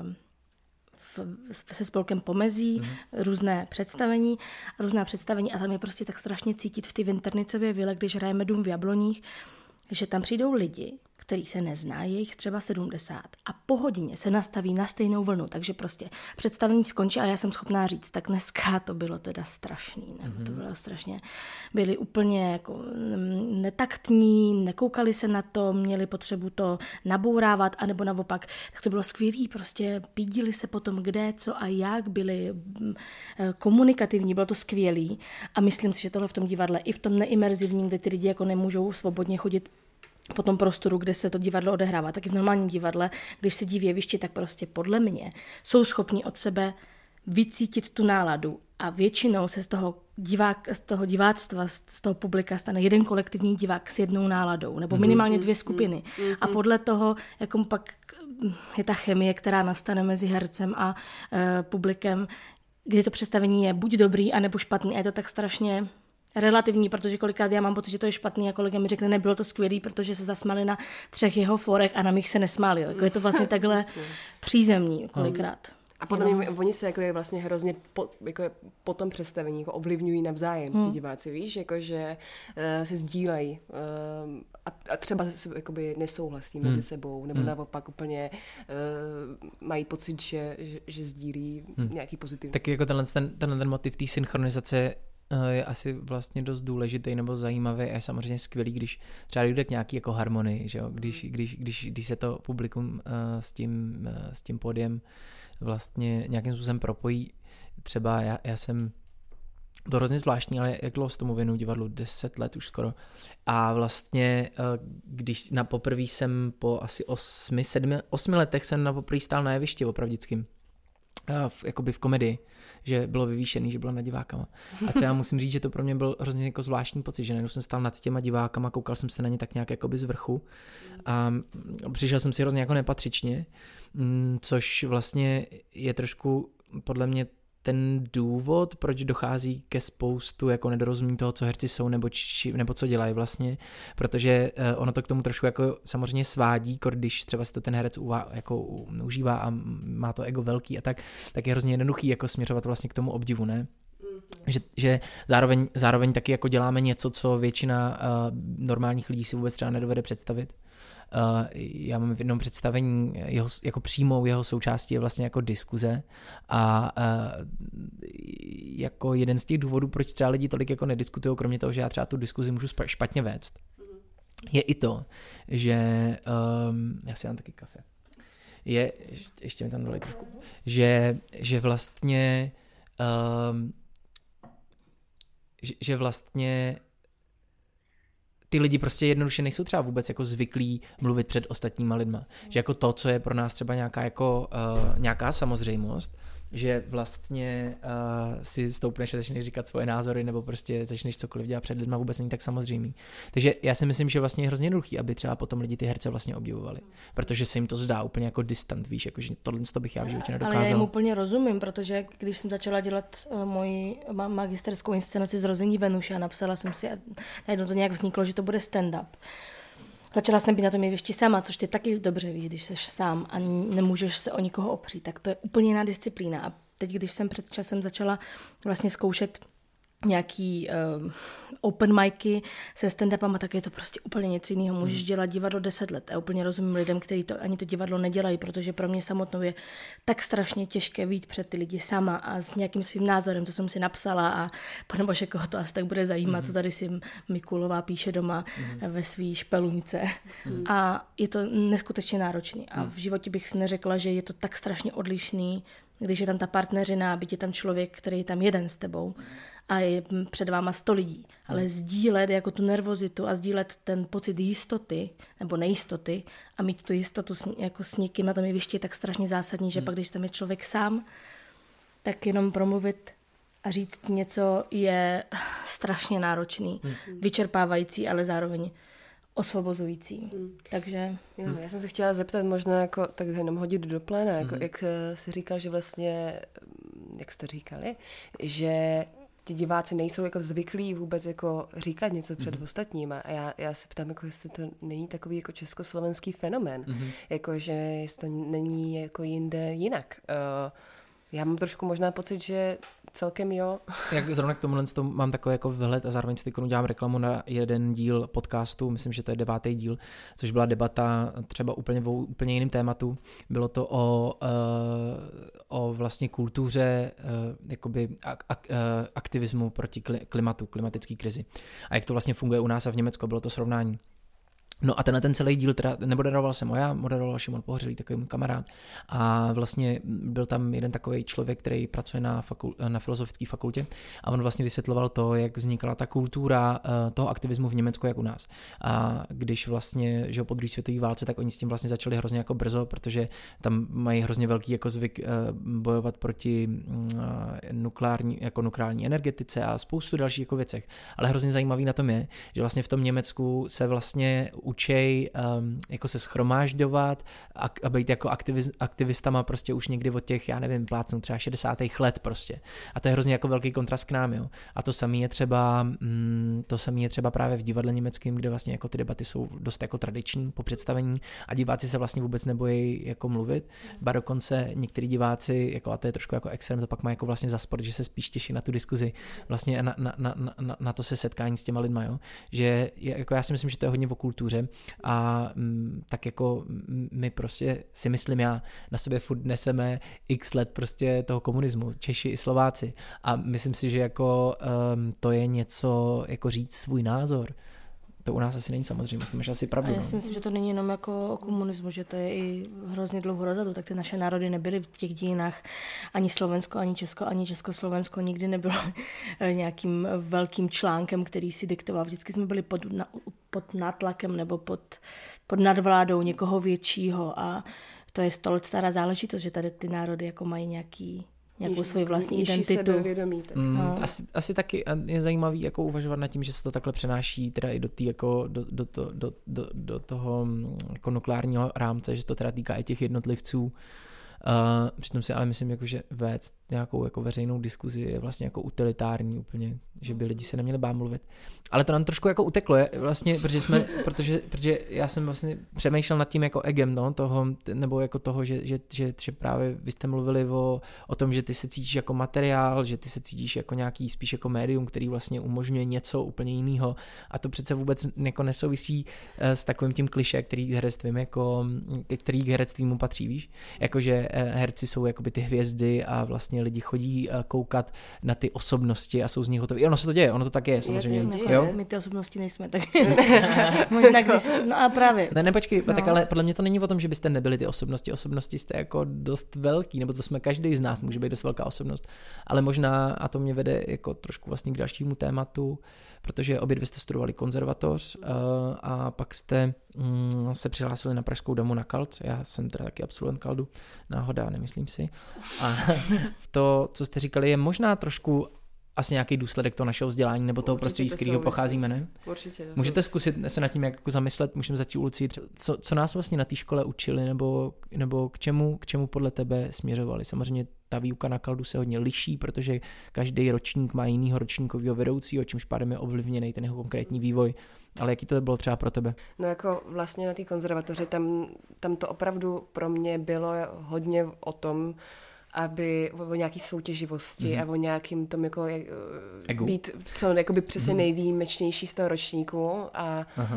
v, se spolkem Pomezí, mm. různé představení, různá představení a tam je prostě tak strašně cítit v ty Vinternicově vile, když hrajeme Dům v Jabloních, že tam přijdou lidi, který se nezná, je jich třeba sedmdesát a po hodině se nastaví na stejnou vlnu, takže prostě představení skončí a já jsem schopná říct, tak dneska to bylo teda strašný, nebo mm-hmm. to bylo strašně, byli úplně jako netaktní, nekoukali se na to, měli potřebu to nabourávat, anebo naopak, tak to bylo skvělý, prostě pídili se potom kde, co a jak, byli komunikativní, bylo to skvělý a myslím si, že tohle v tom divadle, i v tom neimerzivním, kde ty lidi jako nemůžou svobodně chodit po tom prostoru, kde se to divadlo odehrává, tak i v normálním divadle, když sedí v jevišti, tak prostě podle mě jsou schopni od sebe vycítit tu náladu a většinou se z toho, divák, z toho diváctva, z toho publika stane jeden kolektivní divák s jednou náladou, nebo minimálně dvě skupiny. A podle toho, jakom pak je ta chemie, která nastane mezi hercem a e, publikem, kdy to představení je buď dobrý, anebo špatný. A je to tak strašně relativní, protože kolikrát já mám pocit, že to je špatný a kolega mi řekne, nebylo to skvělý, protože se zasmáli na třech jeho forech a na mých se nesmáli. Jako je to vlastně takhle přízemní kolikrát. A podle mě oni se jako je vlastně hrozně po, jako je po tom představení jako ovlivňují navzájem hmm. ty diváci, víš, jako že uh, se sdílejí uh, a, a třeba se jakoby nesouhlasí hmm. mezi sebou, nebo hmm. naopak úplně uh, mají pocit, že, že, že sdílí hmm. nějaký pozitivní. Tak jako tenhle ten, tenhle ten motiv té synchronizace je asi vlastně dost důležitý nebo zajímavý a je samozřejmě skvělý, když třeba dojde k nějaký jako harmonii, že jo? Když, když, když, když se to publikum uh, s tím, uh, s tím pódiem vlastně nějakým způsobem propojí. Třeba já, já jsem to hrozně zvláštní, ale jak dlouho s tomu věnuju divadlu, deset let už skoro. A vlastně, když na poprvé jsem po asi osmi, sedmi, osmi letech jsem na poprvé stál na jevišti opravdickým. V, jakoby v komedii, že bylo vyvýšený, že bylo nad divákama. A třeba musím říct, že to pro mě byl hrozně jako zvláštní pocit, že najednou jsem stál nad těma divákama, koukal jsem se na ně tak nějak jakoby z vrchu a přišel jsem si hrozně jako nepatřičně, což vlastně je trošku podle mě ten důvod, proč dochází ke spoustu jako nedorozumění toho, co herci jsou nebo, či, nebo co dělají vlastně, protože uh, ono to k tomu trošku jako samozřejmě svádí, když třeba si to ten herec uvá, jako užívá a má to ego velký a tak, tak je hrozně jednoduchý jako směřovat vlastně k tomu obdivu, ne? Že, že zároveň, zároveň taky jako děláme něco, co většina uh, normálních lidí si vůbec třeba nedovede představit. Uh, já mám v jednom představení, jeho, jako přímou jeho součástí je vlastně jako diskuze a uh, jako jeden z těch důvodů, proč třeba lidi tolik jako nediskutují, kromě toho, že já třeba tu diskuzi můžu špatně vést, je i to, že um, já si dám taky kafe. Je, ještě mi tam dolej trošku, že, že vlastně um, že, že vlastně ty lidi prostě jednoduše nejsou třeba vůbec jako zvyklí mluvit před ostatníma lidma. Že jako to, co je pro nás třeba nějaká jako uh, nějaká samozřejmost, že vlastně uh, si stoupneš a začneš říkat svoje názory nebo prostě začneš cokoliv dělat před lidma, vůbec není tak samozřejmý. Takže já si myslím, že vlastně je hrozně jednoduchý, aby třeba potom lidi ty herce vlastně obdivovali, protože se jim to zdá úplně jako distant, víš, jako že tohle to bych já v životě nedokázal. Ale já jim úplně rozumím, protože když jsem začala dělat uh, moji magisterskou inscenaci Zrození Venuše a napsala jsem si a najednou to nějak vzniklo, že to bude stand-up. Začala jsem být na tom jevišti sama, což ty taky dobře víš, když jsi sám a nemůžeš se o nikoho opřít, tak to je úplně jiná disciplína. A teď, když jsem před časem začala vlastně zkoušet nějaký uh, open micy se stand-upama, tak je to prostě úplně něco jiného. Můžeš hmm. dělat divadlo deset let. Já úplně rozumím lidem, kteří to ani to divadlo nedělají, protože pro mě samotnou je tak strašně těžké vyjít před ty lidi sama a s nějakým svým názorem, co jsem si napsala a pane bože, koho to asi tak bude zajímat, hmm. co tady si Mikulová píše doma hmm. ve svý špelunice. Hmm. A je to neskutečně náročný. A v životě bych si neřekla, že je to tak strašně odlišný, když je tam ta partneřina, byť je tam člověk, který je tam jeden s tebou a je před váma sto lidí. Ale sdílet jako tu nervozitu a sdílet ten pocit jistoty nebo nejistoty a mít tu jistotu s, jako s někým na tom jevišti je tak strašně zásadní, že hmm. pak, když tam je člověk sám, tak jenom promluvit a říct něco je strašně náročný, hmm. vyčerpávající, ale zároveň osvobozující. Hmm. Takže... Jo, já jsem se chtěla zeptat možná jako tak jenom hodit do pléna, jako, hmm. jak jsi říkal, že vlastně, jak jste říkali, že ti diváci nejsou jako zvyklí vůbec jako říkat něco před mm-hmm. ostatníma. A já, já se ptám, jako jestli to není takový jako československý fenomén. Mm-hmm. Jako, že to není jako jinde jinak. Uh, Já mám trošku možná pocit, že celkem jo. Jak zrovna k tomuhle mám takový jako vhled a zároveň si teď dělám reklamu na jeden díl podcastu, myslím, že to je devátý díl, což byla debata třeba úplně o úplně jiném tématu. Bylo to o, o vlastně kultuře jakoby aktivismu proti klimatu, klimatické krizi. A jak to vlastně funguje u nás a v Německu, bylo to srovnání. No a tenhle ten celý díl, teda nemoderoval jsem ho já, moderoval Šimon Pohořelý, takový můj kamarád. A vlastně byl tam jeden takový člověk, který pracuje na, fakul, na filozofické fakultě a on vlastně vysvětloval to, jak vznikala ta kultura uh, toho aktivismu v Německu, jak u nás. A když vlastně, že po druhé světové válce, tak oni s tím vlastně začali hrozně jako brzo, protože tam mají hrozně velký jako zvyk uh, bojovat proti uh, nukleární, jako nukleární energetice a spoustu dalších jako věcech. Ale hrozně zajímavý na tom je, že vlastně v tom Německu se vlastně učej um, jako se schromážďovat a, a být jako aktiviz, aktivistama prostě už někdy od těch, já nevím, plácnu třeba šedesátých let prostě. A to je hrozně jako velký kontrast k nám, jo. A to samé je třeba mm, to samé je třeba právě v divadle německém, kde vlastně jako ty debaty jsou dost jako tradiční po představení a diváci se vlastně vůbec nebojí jako mluvit. Ba dokonce některý diváci, jako a to je trošku jako extrém, to pak má jako vlastně za sport, že se spíš těší na tu diskuzi, vlastně na, na, na, na, na to se setkání s těma lidma, jo. Že jako já si myslím, že to je hodně o kultuře a m, tak jako my prostě si myslím já, na sobě furt neseme x let prostě toho komunismu, Češi i Slováci a myslím si, že jako um, to je něco, jako říct svůj názor. To u nás asi není samozřejmě, to máš asi pravdu. A já si myslím, že to není jenom jako o komunismu, že to je i hrozně dlouho dozadu, tak ty naše národy nebyly v těch dějinách, ani Slovensko, ani Česko, ani Československo nikdy nebylo nějakým velkým článkem, který si diktoval. Vždycky jsme byli pod, na, pod nátlakem nebo pod, pod nadvládou někoho většího a to je sto let stará záležitost, že tady ty národy jako mají nějaký nějakou Niž, svoji vlastní nižší identitu. Sebevědomí, mm, no. asi, asi taky je zajímavý jako uvažovat nad tím, že se to takhle přenáší teda i do, tý, jako, do, do, do, do, do, do toho jako nukleárního rámce, že to teda týká i těch jednotlivců. Uh, přitom si ale myslím, jako, že vést nějakou jako veřejnou diskuzi je vlastně jako utilitární úplně, že by lidi se neměli bát mluvit. Ale to nám trošku jako uteklo, je, vlastně, protože, jsme, protože, protože já jsem vlastně přemýšlel nad tím jako egem, no, toho, nebo jako toho, že, že, že, že právě vy jste mluvili o, o tom, že ty se cítíš jako materiál, že ty se cítíš jako nějaký spíš jako médium, který vlastně umožňuje něco úplně jiného a to přece vůbec jako nesouvisí s takovým tím klišé, který k herectvím jako, který k herectvímu patří, víš? Jakože herci jsou jakoby ty hvězdy a vlastně lidi chodí koukat na ty osobnosti a jsou z nich hotoví. Ono se to děje, ono to tak je samozřejmě. Je, Jako, jo? My ty osobnosti nejsme, tak možná když, no a právě. Ne, ne, počkej, no. Tak ale podle mě to není o tom, že byste nebyli ty osobnosti. Osobnosti jste jako dost velký, nebo to jsme každý z nás, může být dost velká osobnost. Ale možná, a to mě vede jako trošku vlastně k dalšímu tématu, protože obě dvě jste studovali konzervatoř uh, a pak jste um, se přihlásili na Pražskou damu na Kalt. Já jsem teda taky absolvent Kaldu, náhoda, nemyslím si. A to, co jste říkali, je možná trošku asi nějaký důsledek toho našeho vzdělání nebo toho prostředí, z kterého pocházíme, ne? Určitě. Můžete zkusit se nad tím jak jako zamyslet, můžeme začít u Lucí, co, co nás vlastně na té škole učili, nebo, nebo k, čemu, k čemu podle tebe směřovali. Samozřejmě ta výuka na Kaldu se hodně liší, protože každý ročník má jinýho ročníkového vedoucího, čímž pádem je ovlivněný ten jeho konkrétní vývoj. Ale jaký to bylo třeba pro tebe? No jako vlastně na té konzervatoři, tam, tam to opravdu pro mě bylo hodně o tom, aby o nějaký soutěživosti mm-hmm. a o nějakým tom jako Egu. Být co jakoby přesně mm-hmm. nejvýjimečnější z toho ročníku a uh,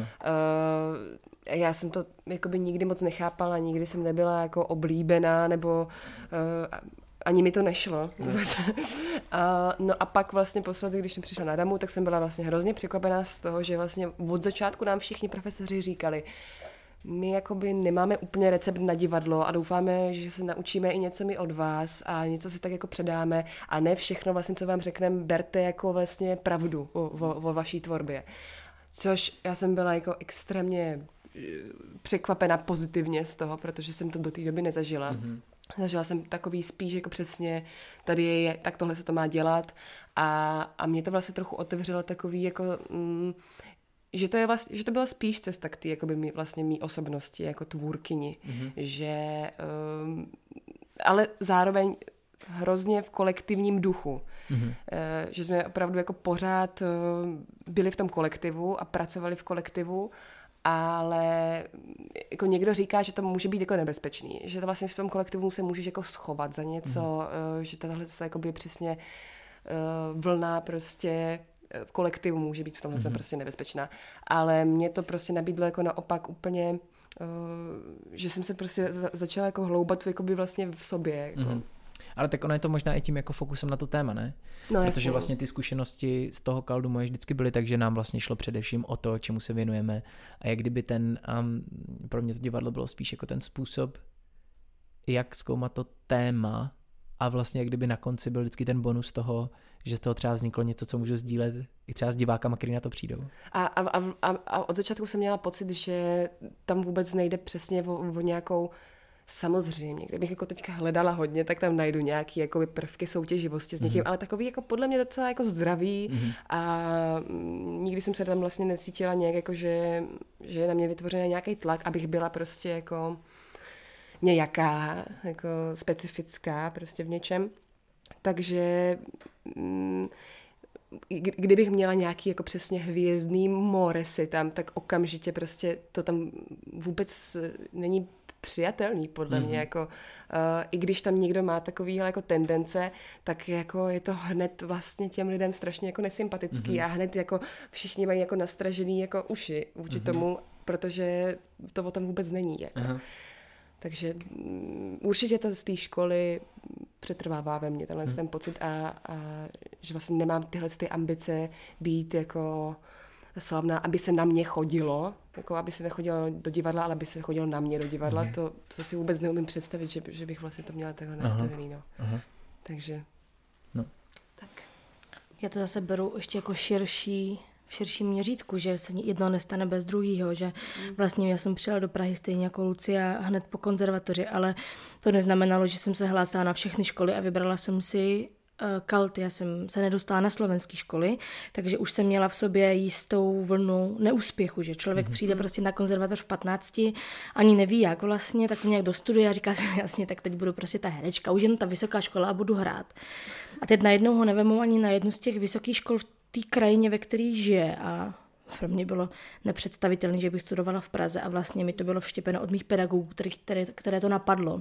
já jsem to jakoby nikdy moc nechápala, nikdy jsem nebyla jako oblíbená nebo uh, ani mi to nešlo. Mm. a, no a pak vlastně posledně, když jsem přišla na damu, tak jsem byla vlastně hrozně překvapená z toho, že vlastně od začátku nám všichni profesoři říkali, my jakoby nemáme úplně recept na divadlo a doufáme, že se naučíme i něco mi od vás a něco si tak jako předáme a ne všechno vlastně, co vám řekneme, berte jako vlastně pravdu o, o, o vaší tvorbě. Což já jsem byla jako extrémně překvapena pozitivně z toho, protože jsem to do té doby nezažila. Mm-hmm. Zažila jsem takový spíš jako přesně, tady je, tak tohle se to má dělat a, a mě to vlastně trochu otevřelo takový jako... Mm, že to, je vlastně, že to byla spíš cesta k té jakoby mý, vlastně mý osobnosti jako tvůrkyni, mm-hmm. že um, ale zároveň hrozně v kolektivním duchu, mm-hmm. uh, že jsme opravdu jako pořád uh, byli v tom kolektivu a pracovali v kolektivu ale jako někdo říká, že to může být jako nebezpečný, že to vlastně v tom kolektivu se můžeš jako schovat za něco, mm. že tohle je přesně vlna prostě kolektivu může být v tomhle mm. prostě nebezpečná. Ale mě to prostě nabídlo jako naopak úplně, že jsem se prostě začala jako hloubat jakoby vlastně v sobě. Jako. Mm. Ale tak ono je to možná i tím jako fokusem na to téma, ne? No, protože jasně. vlastně ty zkušenosti z toho kaldu moje vždycky byly tak, že nám vlastně šlo především o to, čemu se věnujeme. A jak kdyby ten, um, pro mě to divadlo bylo spíš jako ten způsob, jak zkoumat to téma a vlastně jak kdyby na konci byl vždycky ten bonus toho, že z toho třeba vzniklo něco, co můžu sdílet i třeba s divákama, který na to přijdou. A, a, a, a od začátku jsem měla pocit, že tam vůbec nejde přesně o, o nějakou. Samozřejmě, kdybych jako teďka hledala hodně, tak tam najdu nějaký jako prvky soutěživosti s někým, mm-hmm. ale takový jako podle mě docela jako zdravý mm-hmm. a nikdy jsem se tam vlastně necítila nějak jako, že, že je na mě vytvořený nějaký tlak, abych byla prostě jako nějaká, jako specifická prostě v něčem. Takže mm, kdybych měla nějaký jako přesně hvězdný moresy tam, tak okamžitě prostě to tam vůbec není přijatelný, podle mm-hmm. mě, jako uh, i když tam někdo má takovýhle jako tendence, tak jako je to hned vlastně těm lidem strašně jako nesympatický mm-hmm. a hned jako všichni mají jako nastražený jako uši vůči mm-hmm. tomu, protože to o tom vůbec není. Jako. Uh-huh. Takže um, určitě to z té školy přetrvává ve mně tenhle mm. ten pocit a, a že vlastně nemám tyhle ty ambice být jako slavná, aby se na mě chodilo, jako aby se nechodilo do divadla, ale aby se chodilo na mě do divadla, mm. to, to si vůbec neumím představit, že, že bych vlastně to měla takhle Aha. nastavený, no. Aha. Takže, no. tak. Já to zase beru ještě jako širší, v širším měřítku, že se jedno nestane bez druhého, že vlastně já jsem přijela do Prahy stejně jako Lucia hned po konzervatoři, ale to neznamenalo, že jsem se hlásila na všechny školy a vybrala jsem si kalt. Já jsem se nedostala na slovenské školy, takže už jsem měla v sobě jistou vlnu neúspěchu, že člověk mm-hmm. přijde prostě na konzervatoř v patnácti, ani neví jak vlastně, tak to nějak dostuduje a říká si jasně, tak teď budu prostě ta herečka, už jen ta vysoká škola a budu hrát. A teď najednou ho nevemu ani na jednu z těch vysokých škol v té krajině, ve které žije a pro mě bylo nepředstavitelné, že bych studovala v Praze a vlastně mi to bylo vštěpeno od mých pedagogů, který, které, které to napadlo.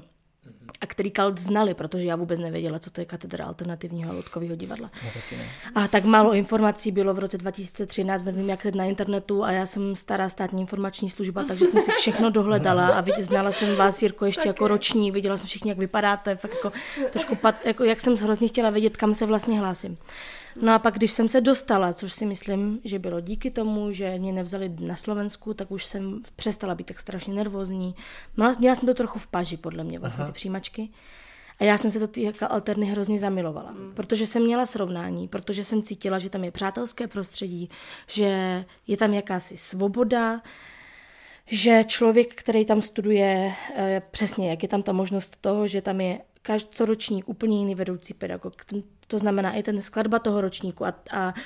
A který kalt znali, protože já vůbec nevěděla, co to je katedra alternativního a loutkového divadla. No, taky ne. A tak málo informací bylo v roce dva tisíce třináct, nevím jak teď na internetu a já jsem stará státní informační služba, takže jsem si všechno dohledala a vidět, znala jsem vás, Jirko, ještě jako roční, viděla jsem všichni, jak vypadáte, fakt jako trošku pat, jako jak jsem hrozně chtěla vědět, kam se vlastně hlásím. No a pak, když jsem se dostala, což si myslím, že bylo díky tomu, že mě nevzali na Slovensku, tak už jsem přestala být tak strašně nervózní. Měla jsem to trochu v paži, podle mě, vlastně Aha. ty přijímačky. A já jsem se do té alterny hrozně zamilovala, mm. protože jsem měla srovnání, protože jsem cítila, že tam je přátelské prostředí, že je tam jakási svoboda, že člověk, který tam studuje, přesně jak je tam ta možnost toho, že tam je každý ročník úplně jiný vedoucí pedagog. To znamená i ten skladba toho ročníku a, a, a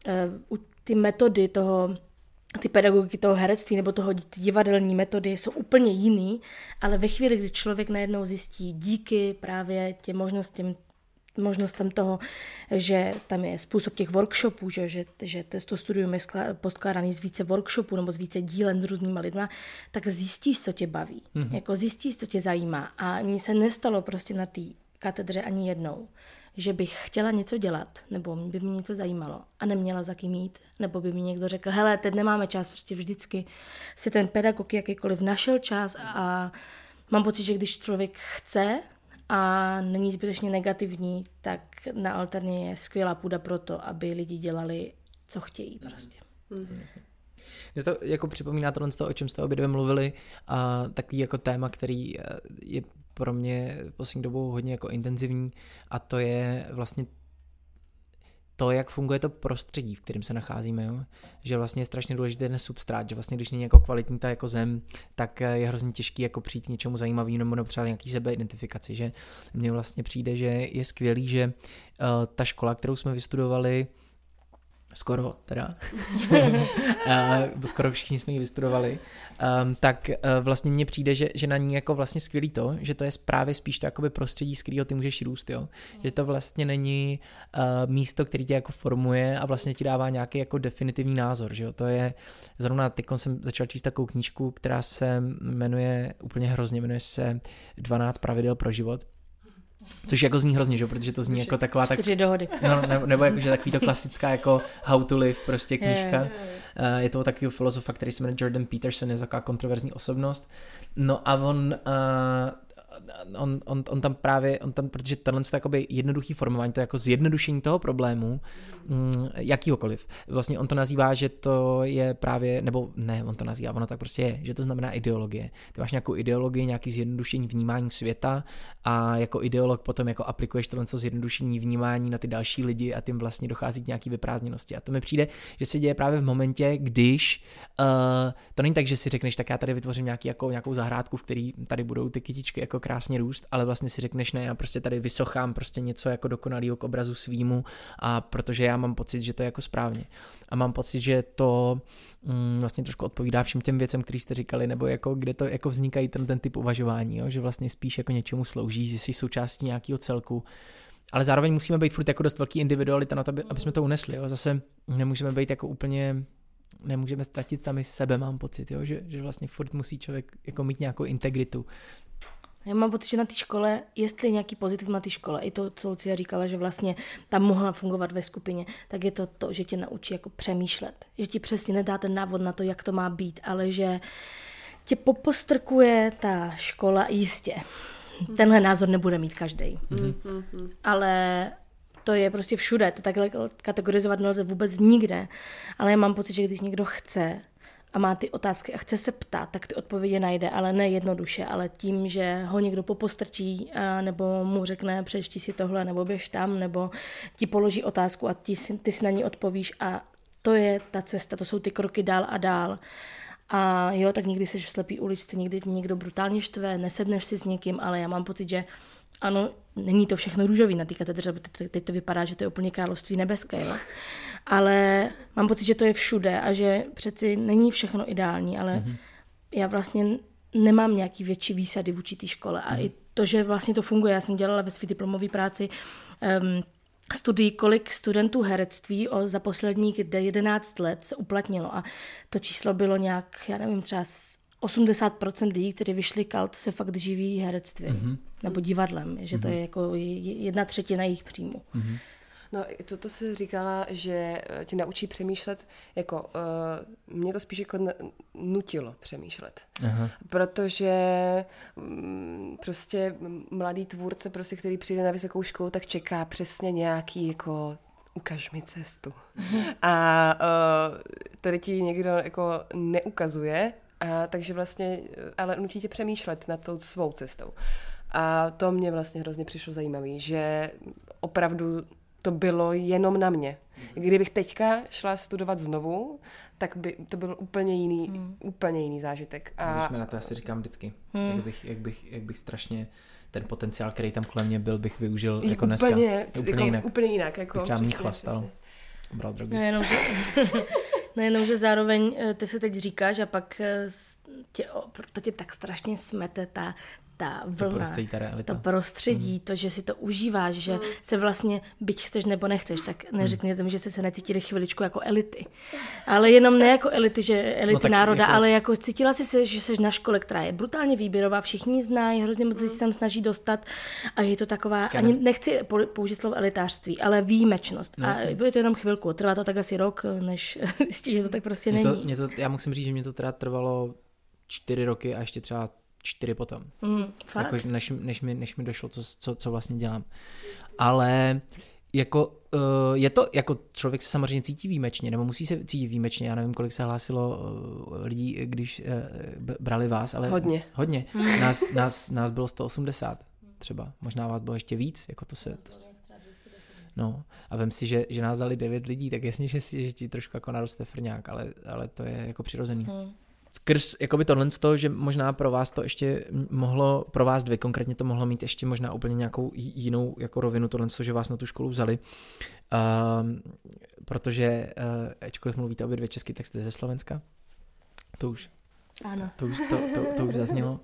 ty metody toho, ty pedagogiky toho herectví nebo toho divadelní metody jsou úplně jiný, ale ve chvíli, kdy člověk najednou zjistí díky právě těm možnostem, možnostem toho, že tam je způsob těch workshopů, že, že, že to studium je poskládaný z více workshopů nebo z více dílen s různýma lidma, tak zjistíš, co tě baví. Mm-hmm. Jako zjistíš, co tě zajímá. A mně se nestalo prostě na té katedře ani jednou, že bych chtěla něco dělat, nebo by mě něco zajímalo a neměla za kým jít, nebo by mi někdo řekl, hele, teď nemáme čas, prostě vždycky si ten pedagog jakýkoliv našel čas a mám pocit, že když člověk chce a není zbytečně negativní, tak na alterně je skvělá půda pro to, aby lidi dělali, co chtějí prostě. Mm. Mě to jako připomíná tohle z toho, o čem jste obě dvě mluvili, a takový jako téma, který je pro mě poslední dobou hodně jako intenzivní, a to je vlastně to, jak funguje to prostředí, v kterém se nacházíme, jo? Že vlastně je strašně důležitý ten substrát, že vlastně když není jako kvalitní ta jako zem, tak je hrozně těžký jako přijít k něčemu zajímavému nebo třeba nějaký sebeidentifikaci, že mně vlastně přijde, že je skvělý, že uh, ta škola, kterou jsme vystudovali, skoro teda, skoro všichni jsme ji vystudovali, um, tak uh, vlastně mně přijde, že, že na ní jako vlastně skvělý to, že to je právě spíš to jakoby prostředí, z kterého ty můžeš růst, jo. Že to vlastně není uh, místo, který tě jako formuje a vlastně ti dává nějaký jako definitivní názor, že jo. To je, zrovna teď jsem začal číst takovou knížku, která se jmenuje úplně hrozně, jmenuje se dvanáct pravidel pro život. Což jako zní hrozně, že? Protože to zní jako taková tak... Čtyři dohody. No, nebo, nebo jakože takový to klasická jako how to live prostě knížka. Je, je, je. je to takového filozofa, který se jmenuje Jordan Peterson, je taková kontroverzní osobnost. No a on... Uh, On, on, on tam právě, on tam, protože tohle je jakoby jednoduchý formování, to je jako zjednodušení toho problému, mm, jakýhokoliv. Vlastně on to nazývá, že to je právě, nebo ne, on to nazývá, ono tak prostě je, že to znamená ideologie. Ty máš nějakou ideologii, nějaký zjednodušení vnímání světa a jako ideolog potom jako aplikuješ tohle zjednodušení vnímání na ty další lidi a tím vlastně dochází k nějaký vyprázdněnosti. A to mi přijde, že se děje právě v momentě, když uh, to není tak, že si řekneš, tak já tady vytvořím nějaký, jako, nějakou zahrádku, v který tady budou ty kytičky jako krásně růst, ale vlastně si řekneš, ne, já prostě tady vysochám prostě něco jako dokonalýho k obrazu svýmu a protože já mám pocit, že to je jako správně. A mám pocit, že to mm, vlastně trošku odpovídá všem těm věcem, které jste říkali, nebo jako kde to jako vznikají ten, ten typ uvažování, jo? Že vlastně spíš jako něčemu slouží, že jsi součástí nějakého celku. Ale zároveň musíme být furt jako dost velký individualita na to, aby, aby jsme to unesli. Jo? Zase nemůžeme být jako úplně, nemůžeme ztratit sami sebe, mám pocit, jo? Že, že vlastně furt musí člověk jako mít nějakou integritu. Já mám pocit, že na té škole, jestli nějaký pozitiv na té škole, i to, co Lucia říkala, že vlastně tam mohla fungovat ve skupině, tak je to to, že tě naučí jako přemýšlet. Že ti přesně nedá ten návod na to, jak to má být, ale že tě popostrkuje ta škola jistě. Tenhle názor nebude mít každej. Mm-hmm. Ale to je prostě všude, to takhle kategorizovat nelze vůbec nikde. Ale já mám pocit, že když někdo chce a má ty otázky a chce se ptát, tak ty odpovědi najde, ale ne jednoduše, ale tím, že ho někdo popostrčí a nebo mu řekne, přečti si tohle, nebo běž tam, nebo ti položí otázku a ty si, ty si na ní odpovíš a to je ta cesta, to jsou ty kroky dál a dál. A jo, tak někdy jsi v slepý uličce, někdy někdo brutálně štve, nesedneš si s někým, ale já mám pocit, že ano, není to všechno růžový na té katedře, teď to vypadá, že to je úplně království nebeské, jo. Ale mám pocit, že to je všude a že přeci není všechno ideální, ale mm-hmm. já vlastně nemám nějaký větší výsady v určitý škole a mm-hmm. i to, že vlastně to funguje, já jsem dělala ve své diplomové práci um, studii, kolik studentů herectví o, za posledních jedenáct let se uplatnilo a to číslo bylo nějak, já nevím, třeba osmdesát procent lidí, kteří vyšli kalt, se fakt živí herectvím mm-hmm. nebo divadlem, že mm-hmm. to je jako jedna třetina jejich příjmu. Mm-hmm. No, toto si říkala, že tě naučí přemýšlet, jako uh, mě to spíš jako nutilo přemýšlet. Aha. Protože um, prostě mladý tvůrce, prostě, který přijde na vysokou školu, tak čeká přesně nějaký jako ukaž mi cestu. A uh, tady ti někdo jako neukazuje, a takže vlastně, ale nutí tě přemýšlet nad tou svou cestou. A to mě vlastně hrozně přišlo zajímavé, že opravdu to bylo jenom na mě. Kdybych teďka šla studovat znovu, tak by to byl úplně jiný, hmm. úplně jiný zážitek. A... Když mi na to asi říkám vždycky, hmm. jak, bych, jak, bych, jak bych strašně ten potenciál, který tam kolem mě byl, bych využil jako úplně, dneska. Úplně, úplně jako, jinak. Úplně jinak. Jako, bych třeba mý chlastal. Bral drogy. Nejenom, že, nejenom, že zároveň ty se teď říkáš a pak tě, to tě tak strašně smete ta ta vlna, to prostředí, ta realita. To prostředí, mm. to, že si to užíváš, že mm. se vlastně, byť chceš nebo nechceš, tak neřekněte mi, že jste se necítili chviličku jako elity. Ale jenom ne jako elity, že elity no, národa, jako... ale jako cítila jsi se, že jsi na škole, která je brutálně výběrová, všichni znají, hrozně moc mm. se tam snaží dostat a je to taková, Kena. Ani nechci použít slovo elitářství, ale výjimečnost. No, a bude to jenom chvilku, trvá to tak asi rok, než zjistí, že to tak prostě mě není. To, mě to, já musím říct, že mě to teda trvalo čtyři roky a ještě třeba čtyři potom, mm, jako, než, než, mi, než mi došlo, co, co, co vlastně dělám. Ale jako, uh, je to, jako člověk se samozřejmě cítí výjimečně, nebo musí se cítit výjimečně, já nevím, kolik se hlásilo uh, lidí, když uh, brali vás, ale hodně. Hodně. Mm. Nás, nás, nás bylo sto osmdesát třeba, možná vás bylo ještě víc, jako to se... To se no a vem si, že, že nás dali devět lidí, tak jasně, že, si, že ti trošku jako naroste frňák, ale, ale to je jako přirozený. Mm. skrz jakoby tohle z toho, že možná pro vás to ještě mohlo, pro vás dvě konkrétně to mohlo mít ještě možná úplně nějakou jinou jako rovinu tohle z toho, že vás na tu školu vzali. Um, protože uh, ačkoliv mluvíte obě dvě česky, tak jste ze Slovenska. To už, Ano. to už, to, to, to už zaznělo.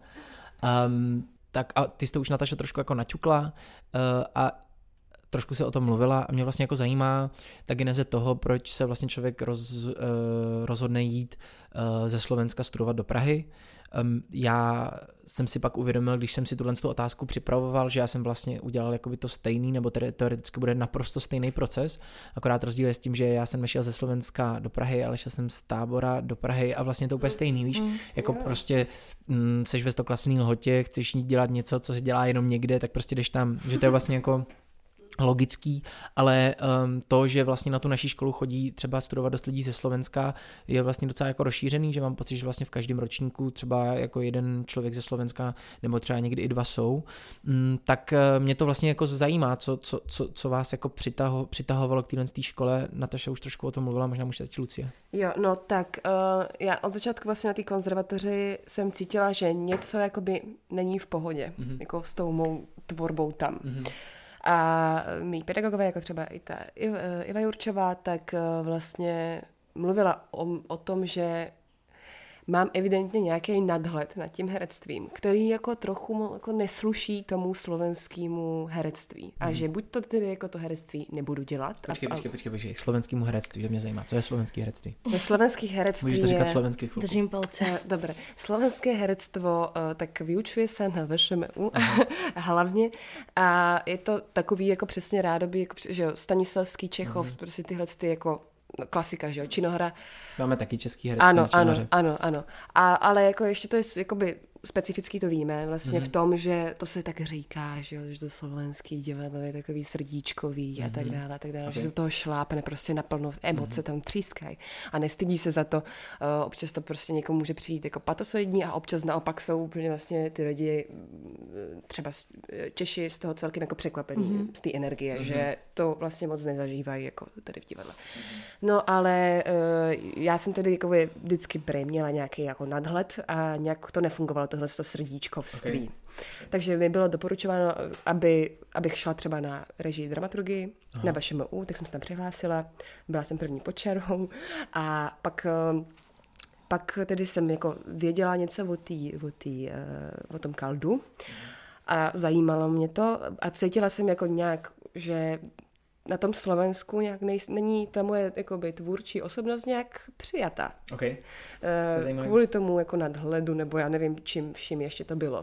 Um, tak a ty jste už, Natašo, trošku jako naťukla uh, a trošku se o tom mluvila a mě vlastně jako zajímá ta geneze toho, proč se vlastně člověk roz, uh, rozhodne jít uh, ze Slovenska studovat do Prahy. Um, já jsem si pak uvědomil, když jsem si tuhle otázku připravoval, že já jsem vlastně udělal jakoby to stejný, nebo tedy teoreticky bude naprosto stejný proces, akorát rozdíl je s tím, že já jsem nešel ze Slovenska do Prahy, ale šel jsem z Tábora do Prahy a vlastně to úplně stejný, víš, mm, jako yeah. prostě mm, seš ve stoklasný Lhotě, chceš dělat něco, co se dělá jenom někde, tak prostě jdeš tam, že to je vlastně jako logický, ale um, to, že vlastně na tu naší školu chodí třeba studovat dost lidí ze Slovenska, je vlastně docela jako rozšířený, že mám pocit, že vlastně v každém ročníku třeba jako jeden člověk ze Slovenska nebo třeba někdy i dva jsou, um, tak uh, mě to vlastně jako zajímá, co, co, co, co vás jako přitaho, přitahovalo k téhle škole. Nataša už trošku o tom mluvila, možná může začít Lucie. Jo, no tak uh, já od začátku vlastně na té konzervatoři jsem cítila, že něco jakoby není v pohodě, mm-hmm. jako s tou mou tvorbou tam. Mm-hmm. A mý pedagogové, jako třeba i ta Iva Jurčová, tak vlastně mluvila o, o tom, že mám evidentně nějaký nadhled nad tím herectvím, který jako trochu jako nesluší tomu slovenskému herectví. A hmm. že buď to tedy jako to herectví nebudu dělat. Počkej, a, počkej, počkej, počkej, k slovenskému herectví, to mě zajímá. Co je slovenský herectví? No, slovenský herectví Můžeš to říkat je... slovenský chvilku. Držím palce. Dobre. Slovenské herectvo tak vyučuje se na V Š M U hlavně a je to takový jako přesně rádoby, jako, že jo, Stanislavský, Čechov, mm-hmm. prostě tyhle ty jako no, klasika, že jo, činohra. Máme taky český herectví. Ano, ano, ano, ano. A, ale jako ještě to je jakoby specifický, to víme, vlastně mm-hmm. v tom, že to se tak říká, že, jo, že to slovenský divadlo je takový srdíčkový mm-hmm. a tak dále, a tak dále, okay. že se toho šlápne prostě naplno, emoce mm-hmm. tam třískají a nestydí se za to. Uh, občas to prostě někomu může přijít jako patosoidní a občas naopak jsou úplně vlastně ty lidi, třeba Češi z toho celkem jako překvapení, mm-hmm. z té energie, mm-hmm. že to vlastně moc nezažívají jako tady v divadle. Mm-hmm. No ale uh, já jsem tedy jako vždycky prý měla nějaký jako nadhled a nějak to nefungovalo tohle srdíčkovství. Okay. Takže mi bylo doporučováno, aby, abych šla třeba na režii dramaturgii, aha. na V Š M U, tak jsem se tam přihlásila, byla jsem první pod čarou a pak, pak tedy jsem jako věděla něco o, tý, o, tý, o tom kaldu a zajímalo mě to a cítila jsem jako nějak, že na tom Slovensku nějak nej, není ta moje jakoby, tvůrčí osobnost nějak přijata. Okay. Uh, kvůli tomu jako nadhledu, nebo já nevím, čím vším ještě to bylo.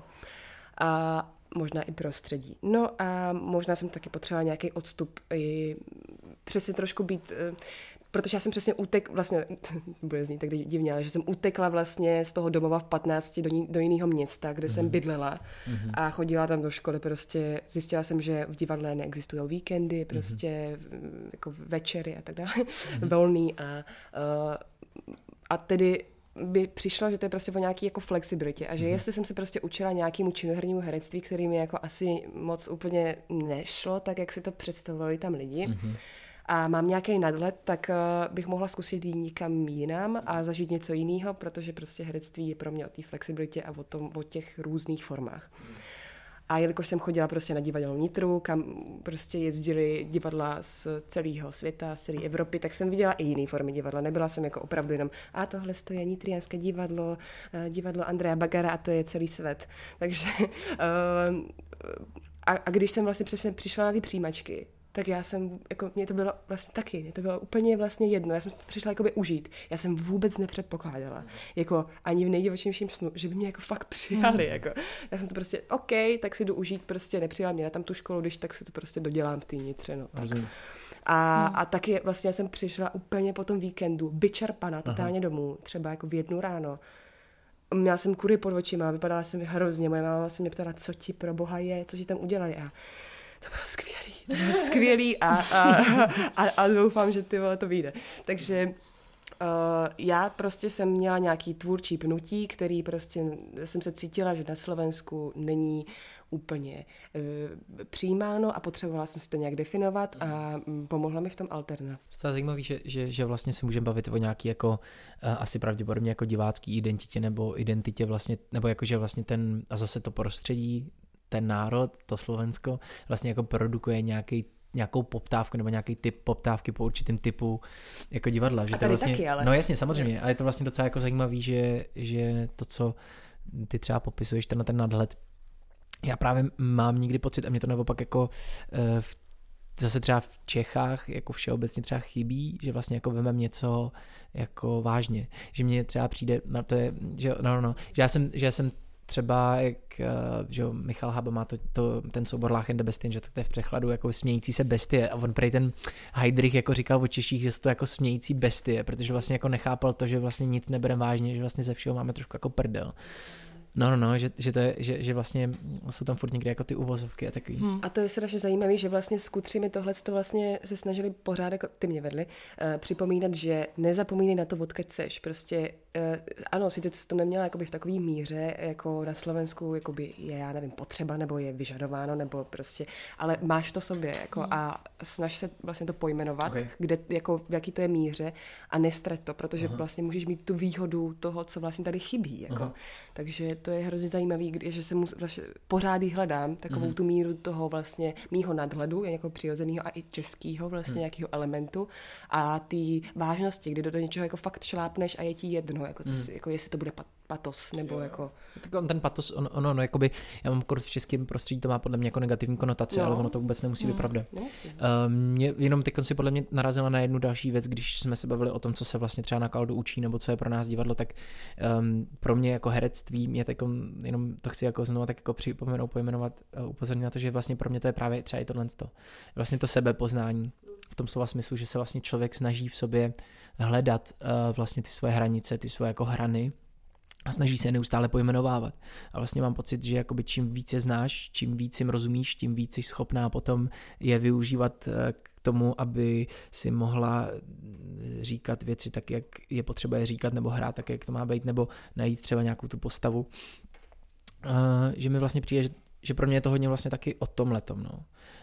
A možná i prostředí. No a možná jsem taky potřebovala nějaký odstup, i přesně trošku být... Uh, protože já jsem přesně utek, vlastně, bude znít tak divně, ale že jsem utekla vlastně z toho domova v patnácti do, do jiného města, kde mm. jsem bydlela mm. a chodila tam do školy, prostě zjistila jsem, že v divadle neexistují víkendy, prostě mm. jako večery a tak dále, mm. volný a, uh, a tedy by přišlo, že to je prostě o nějaký jako flexibilitě a že mm. jestli jsem se prostě učila nějakému činohernímu herectví, který mi jako asi moc úplně nešlo, tak jak si to představovali tam lidi, mm. a mám nějaký nadhled, tak uh, bych mohla zkusit jít někam jinam a zažít něco jiného, protože prostě herectví je pro mě o té flexibilitě a o, tom, o těch různých formách. A jelikož jsem chodila prostě na divadelnou Nitru, kam prostě jezdili divadla z celého světa, z celé Evropy, tak jsem viděla i jiné formy divadla. Nebyla jsem jako opravdu jenom, a tohle to je nitriánské divadlo, divadlo Andreja Bagara a to je celý svět. Takže uh, a, a když jsem vlastně přesně přišla na ty přijímačky, tak já jsem, jako, mě to bylo vlastně taky, mě to bylo úplně vlastně jedno, já jsem si to přišla jakoby užít. Já jsem vůbec nepředpokládala, jako ani v nejdivočnějším snu, že by mě jako fakt přijali, mm. jako. Já jsem to prostě, OK, tak si jdu užít, prostě nepřijala mě na tam tu školu, když tak si to prostě dodělám v té Nitře, no. Tak. A, mm. a taky vlastně jsem přišla úplně po tom víkendu, vyčerpaná totálně Aha. domů, třeba jako v jednu ráno. Měla jsem kury pod očima, vypadala jsem hrozně, moje máma se mě ptala, co ti pro boha je, co ti tam udělali a to bylo skvělý, to bylo skvělý a, a, a, a doufám, že ty vole to vyjde. Takže já prostě jsem měla nějaký tvůrčí pnutí, který prostě jsem se cítila, že na Slovensku není úplně uh, přijímáno a potřebovala jsem si to nějak definovat a um, pomohla mi v tom Alterna. To je zajímavé, že, že, že vlastně se můžeme bavit o nějaký jako uh, asi pravděpodobně jako divácký identitě nebo identitě vlastně, nebo jakože vlastně ten, a zase to prostředí, ten národ, to Slovensko vlastně jako produkuje nějaký nějakou poptávku nebo nějaký typ poptávky po určitém typu jako divadla. Že a to tady vlastně, taky, ale. No jasně, samozřejmě, ale je to vlastně docela jako zajímavý, že, že to, co ty třeba popisuješ, ten, ten nadhled, já právě mám někdy pocit, a mě to naopak jako v, zase třeba v Čechách jako všeobecně třeba chybí, že vlastně jako vemem něco jako vážně. Že mně třeba přijde, no to je, že, no, no, no, že já jsem, že já jsem třeba, jak že Michal Haba má to, to, ten soubor Lachen de Bestien, že to je v překladu jako smějící se bestie a on prej ten Heydrich jako říkal o Češích, že to jako smějící bestie, protože vlastně jako nechápal to, že vlastně nic nebereme vážně, že vlastně ze všeho máme trošku jako prdel. No, no, no, že, že, to je, že, že vlastně jsou tam furt někde jako ty uvozovky a takový. Hmm. A to je strašně zajímavé, že vlastně s Kutřimi tohle to vlastně se snažili pořád, jako ty mě vedli, uh, připomínat, že nezapomínej na to, odkud seš. Prostě, uh, ano, sice jsi to neměla jakoby v takové míře, jako na Slovensku jakoby je, já nevím, potřeba, nebo je vyžadováno, nebo prostě, ale máš to sobě, jako hmm. a snaž se vlastně to pojmenovat, okay. kde, jako v jaký to je míře a nestrať to, protože Aha. vlastně můžeš mít tu výhodu toho, co vlastně tady chybí, jako. Aha. Takže to je hrozně zajímavý, že se mus, vlastně pořád hledám takovou mm-hmm. tu míru toho vlastně mýho nadhledu, jako přirozeného a i českého vlastně mm. nějakého elementu a ty vážnosti, kdy do, do něčeho jako fakt šlápneš a je ti jedno, jako, co mm. si, jako jestli to bude pat, patos, nebo jo. jako... Tak on, ten patos, ono, on, on, jakoby, já mám kort v českém prostředí, to má podle mě jako negativní konotaci, no. ale ono to vůbec nemusí no. být pravda. Nemusí. Uh, mě, jenom teď si podle mě narazila na jednu další věc, když jsme se bavili o tom, co se vlastně třeba na Kaldu učí, nebo co je pro nás divadlo, tak um, pro mě jako herectví, mě tak jenom to chci jako znovu tak jako připomenout, pojmenovat, uh, upozornit na to, že vlastně pro mě to je právě třeba i tohle. Vlastně to sebepoznání. V tom slova smyslu, že se vlastně člověk snaží v sobě hledat uh, vlastně ty svoje hranice, ty svoje jako hrany a snaží se neustále pojmenovávat. A vlastně mám pocit, že jakoby čím víc je znáš, čím víc jim rozumíš, tím víc jsi schopná potom je využívat uh, k tomu, aby si mohla říkat věci tak, jak je potřeba je říkat, nebo hrát tak, jak to má být, nebo najít třeba nějakou tu postavu. Uh, že mi vlastně přijde, že, že pro mě je to hodně vlastně taky o tomhletom, no.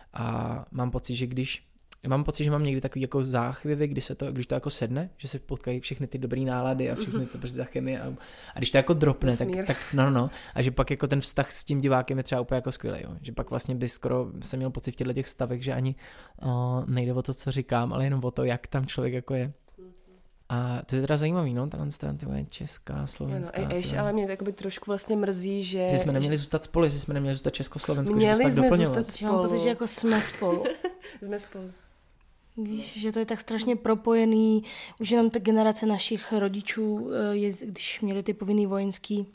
A mám pocit, že když mám pocit, že mám někdy takový jako záchvěvy, kdy se to, když to jako sedne, že se potkají všechny ty dobrý nálady a všechny to prostě za chemie a, a když to jako dropne, tak, tak no, no, a že pak jako ten vztah s tím divákem je třeba úplně jako skvělý, jo. Že pak vlastně by skoro jsem měl pocit v těchto těch stavech, že ani o, nejde o to, co říkám, ale jenom o to, jak tam člověk jako je. A to je teda zajímavý, no, tahle je česká, slovenská. No, ještě, ale mě takoby trošku vlastně mrzí, že... Že jsme neměli zůstat spolu, že jsme neměli zůstat Československu, měli že jsme tak doplňovat. Spolu. Mám pocit, že jako jsme spolu. jsme spolu. Víš, že to je tak strašně propojený, už jenom ta generace našich rodičů, je, když měli ty povinný vojenský,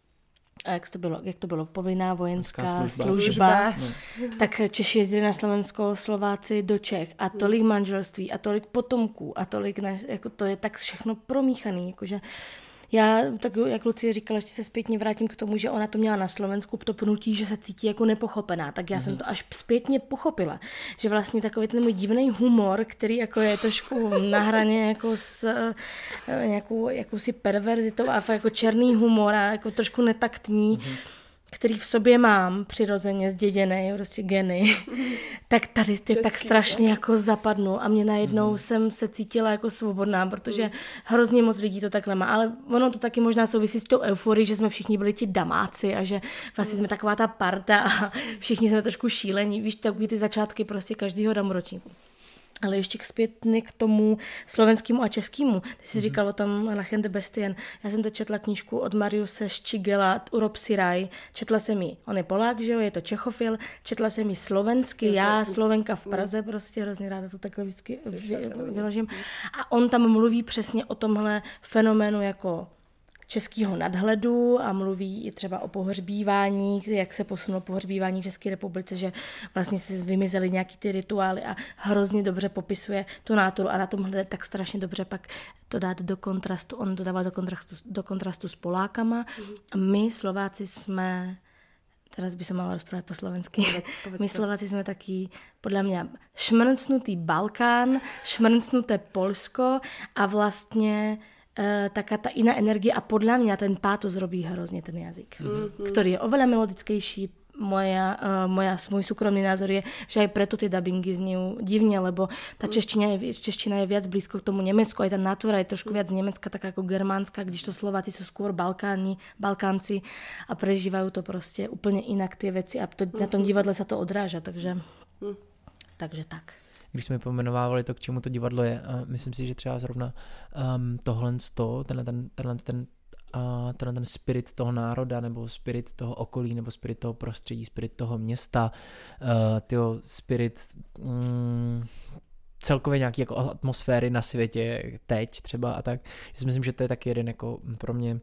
a jak to bylo, jak to bylo, povinná vojenská služba, služba no. tak Češi jezdili na Slovensko, Slováci do Čech a tolik manželství a tolik potomků a tolik, ne, jako to je tak všechno promíchaný, jakože já, tak jak Lucie říkala, ještě se zpětně vrátím k tomu, že ona to měla na Slovensku, to pnutí, že se cítí jako nepochopená, tak já mm-hmm. jsem to až zpětně pochopila, že vlastně takový ten můj divný humor, který jako je trošku na hraně jako s uh, nějakou jakousi perverzitou a jako černý humor a jako trošku netaktní, mm-hmm. který v sobě mám přirozeně zděděný, prostě geny, tak tady ty tak strašně tak. jako zapadnu a mě najednou mm. jsem se cítila jako svobodná, protože mm. hrozně moc lidí to takhle má, ale ono to taky možná souvisí s tou euforií, že jsme všichni byli ti damáci a že vlastně mm. jsme taková ta parta a všichni jsme trošku šílení, víš, takový ty začátky prostě každýho damročníku. Ale ještě zpětně k tomu slovenskému a českému. Ty jsi mm-hmm. říkal o tom Lachen de Bestien. Já jsem teď četla knížku od Mariuse Ščigela Urob si raj. Četla jsem ji. On je Polák, že jo, je to Čechofil. Četla jsem ji slovensky. Jo, já, jsem... Slovenka v Praze, prostě hrozně ráda to takhle vždycky vyložím. A on tam mluví přesně o tomhle fenoménu jako českého nadhledu a mluví i třeba o pohřbívání, jak se posunulo pohřbívání v České republice, že vlastně se vymizely nějaký ty rituály a hrozně dobře popisuje tu náturu a na tomhle tak strašně dobře pak to dát do kontrastu, on to dává do kontrastu, do kontrastu s Polákama a my Slováci jsme teraz by som mala rozprávať po slovensky. My Slováci sme taký, podľa mňa, šmrncnutý Balkán, šmrncnuté Poľsko a vlastne e, taká tá iná energia a podľa mňa ten pátos robí hrozne ten jazyk, mm-hmm. ktorý je oveľa melodickejší. Moja, uh, moja, môj súkromný názor je, že aj preto tie dabingy znejú divne, lebo tá čeština je, čeština je viac blízko k tomu Nemecku, aj tá natúra je trošku viac nemecká, taká ako germánska, kdežto Slováci sú skôr Balkáni, Balkánci a prežívajú to proste úplne inak tie veci a to, na tom divadle sa to odráža, takže, takže tak. Když jsme pomenovávali to, k čemu to divadlo je, a myslím si, že třeba zrovna um, tohle sto, tenhle ten, tenhle ten a ten, ten spirit toho národa, nebo spirit toho okolí, nebo spirit toho prostředí, spirit toho města, uh, tyho spirit mm, celkově nějaký jako atmosféry na světě teď třeba a tak. Já si myslím, že to je taky jeden jako pro mě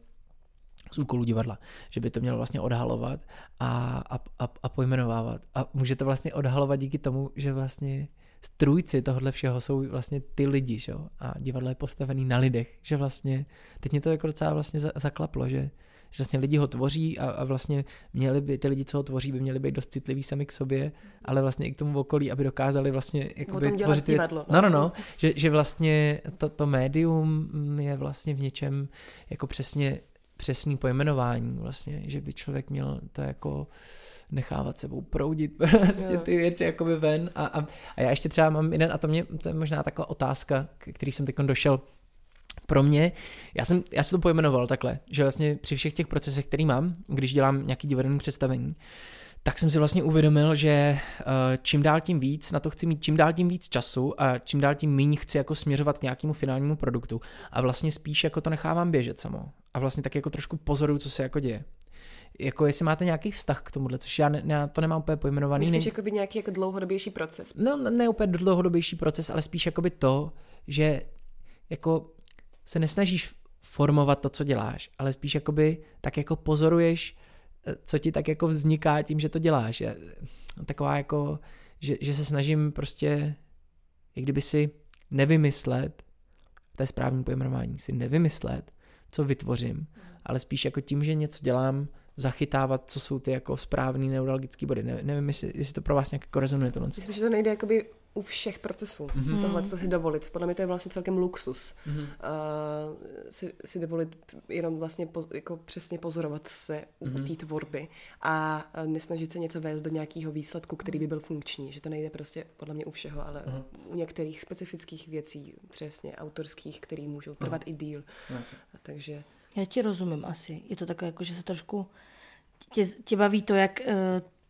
z úkolů divadla, že by to mělo vlastně odhalovat a, a, a, a pojmenovávat. A může to vlastně odhalovat díky tomu, že vlastně strůjci tohohle všeho jsou vlastně ty lidi, že jo? A divadlo je postavený na lidech, že vlastně, teď mě to jako docela vlastně zaklaplo, že, že vlastně lidi ho tvoří a, a vlastně měli by, ty lidi, co ho tvoří, by měli být dost citliví sami k sobě, ale vlastně i k tomu okolí, aby dokázali vlastně jakoby tvořit ty... divadlo. No, no, no, že, že vlastně to, to médium je vlastně v něčem jako přesně přesný pojmenování vlastně, že by člověk měl to jako nechávat sebou proudit prostě ty věci jakoby ven a, a, a já ještě třeba mám jeden, a to, mě, to je možná taková otázka, k který jsem teď došel pro mě, já jsem, já jsem to pojmenoval takhle, že vlastně při všech těch procesech, který mám, když dělám nějaký divadelní představení, tak jsem si vlastně uvědomil, že čím dál tím víc, na to chci mít čím dál tím víc času a čím dál tím méně chci jako směřovat k nějakému finálnímu produktu a vlastně spíš jako to nechávám běžet samo a vlastně tak jako trošku pozoruju, co se jako děje. Jako jestli máte nějaký vztah k tomuhle, což já, ne, já to nemám úplně pojmenovaný. Myslíš ne... jakoby nějaký jako dlouhodobější proces? No ne úplně dlouhodobější proces, ale spíš jakoby to, že jako se nesnažíš formovat to, co děláš, ale spíš jakoby tak jako pozoruješ, co ti tak jako vzniká tím, že to děláš. Taková jako, že, že se snažím prostě, jak kdyby si nevymyslet, to je správný pojmenování, si nevymyslet, co vytvořím, ale spíš jako tím, že něco dělám, zachytávat, co jsou ty jako správný neurologické body. Ne, nevím, jestli, jestli to pro vás nějak jako rezonuje tohle. Myslím, že to nejde jakoby u všech procesů. Mm-hmm. Tohle, co si dovolit. Podle mě to je vlastně celkem luxus. Mm-hmm. Uh, si, si dovolit jenom vlastně poz, jako přesně pozorovat se u mm-hmm. té tvorby a nesnažit se něco vést do nějakého výsledku, který by byl funkční. Že to nejde prostě podle mě u všeho, ale mm-hmm. u některých specifických věcí, přesně autorských, které můžou trvat mm-hmm. i díl. Yes. Takže... Já ti rozumím asi. Je to takové, jako, že se trošku tě, tě baví to, jak uh,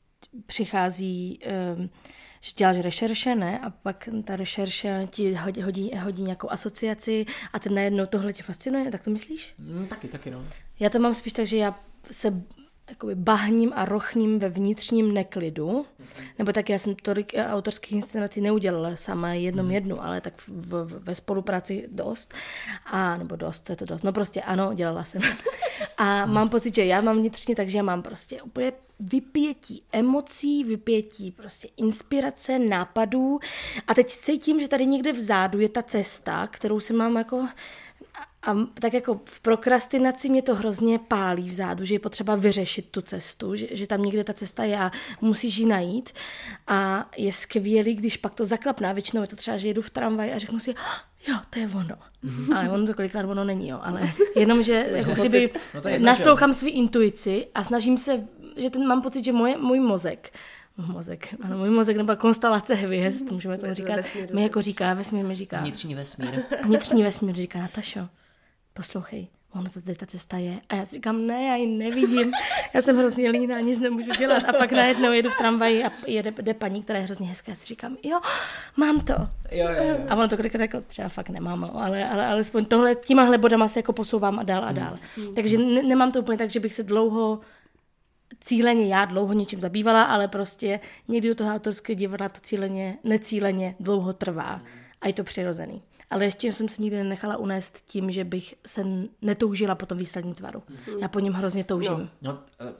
přichází, uh, že děláš rešerše, ne? A pak ta rešerše ti hodí, hodí, hodí nějakou asociaci a teď najednou tohle tě fascinuje. Tak to myslíš? Mm, taky, taky, no. Já to mám spíš tak, že já se jakoby bahním a rochním ve vnitřním neklidu. Mm-hmm. Nebo tak já jsem tolik autorských inscenací neudělala sama jednom mm-hmm. jednu, ale tak v, v, ve spolupráci dost. A, nebo dost, co je to dost? No prostě ano, dělala jsem. A mm-hmm. mám pocit, že já mám vnitřně tak, že já mám prostě úplně vypětí emocí, vypětí prostě inspirace, nápadů. A teď cítím, že tady někde vzadu je ta cesta, kterou si mám jako... A tak jako v prokrastinaci mě to hrozně pálí vzadu, že je potřeba vyřešit tu cestu, že, že tam někde ta cesta je a musíš ji najít. A je skvělý, když pak to zaklapná. Většinou je to třeba, že jedu v tramvaji a řeknu si, jo, to je ono. Mm-hmm. Ale ono to kolikrát ono není, jo. Ale jenom, že jako kdyby no naslouchám svý intuici a snažím se, že ten, mám pocit, že moje, můj mozek Mozek, ano, můj mozek nebo konstelace hvězd, můžeme tomu říkat. Vesmír, my jako říká, vesmír mi říká. Vnitřní vesmír. Vnitřní vesmír říká, Natašo, poslouchej, ono tady ta cesta je. A já si říkám, ne, já ji nevidím. Já jsem hrozně líná, nic nemůžu dělat. A pak najednou jedu v tramvaji a jede, jede paní, která je hrozně hezká. Já si říkám, jo, mám to. Jo, jo, jo. A ono to kolikrát jako třeba fakt nemám, ale, ale alespoň tohle, tímahle bodama se jako posouvám a dál a dál. Hmm. Takže ne, nemám to úplně tak, že bych se dlouho cíleně, já dlouho něčím zabývala, ale prostě někdy u toho autorského divadla to cíleně, necíleně dlouho trvá. A je to přirozený. Ale ještě jsem se nikdy nenechala unést tím, že bych se netoužila po tom výsledním tvaru. Já po něm hrozně toužím. No, no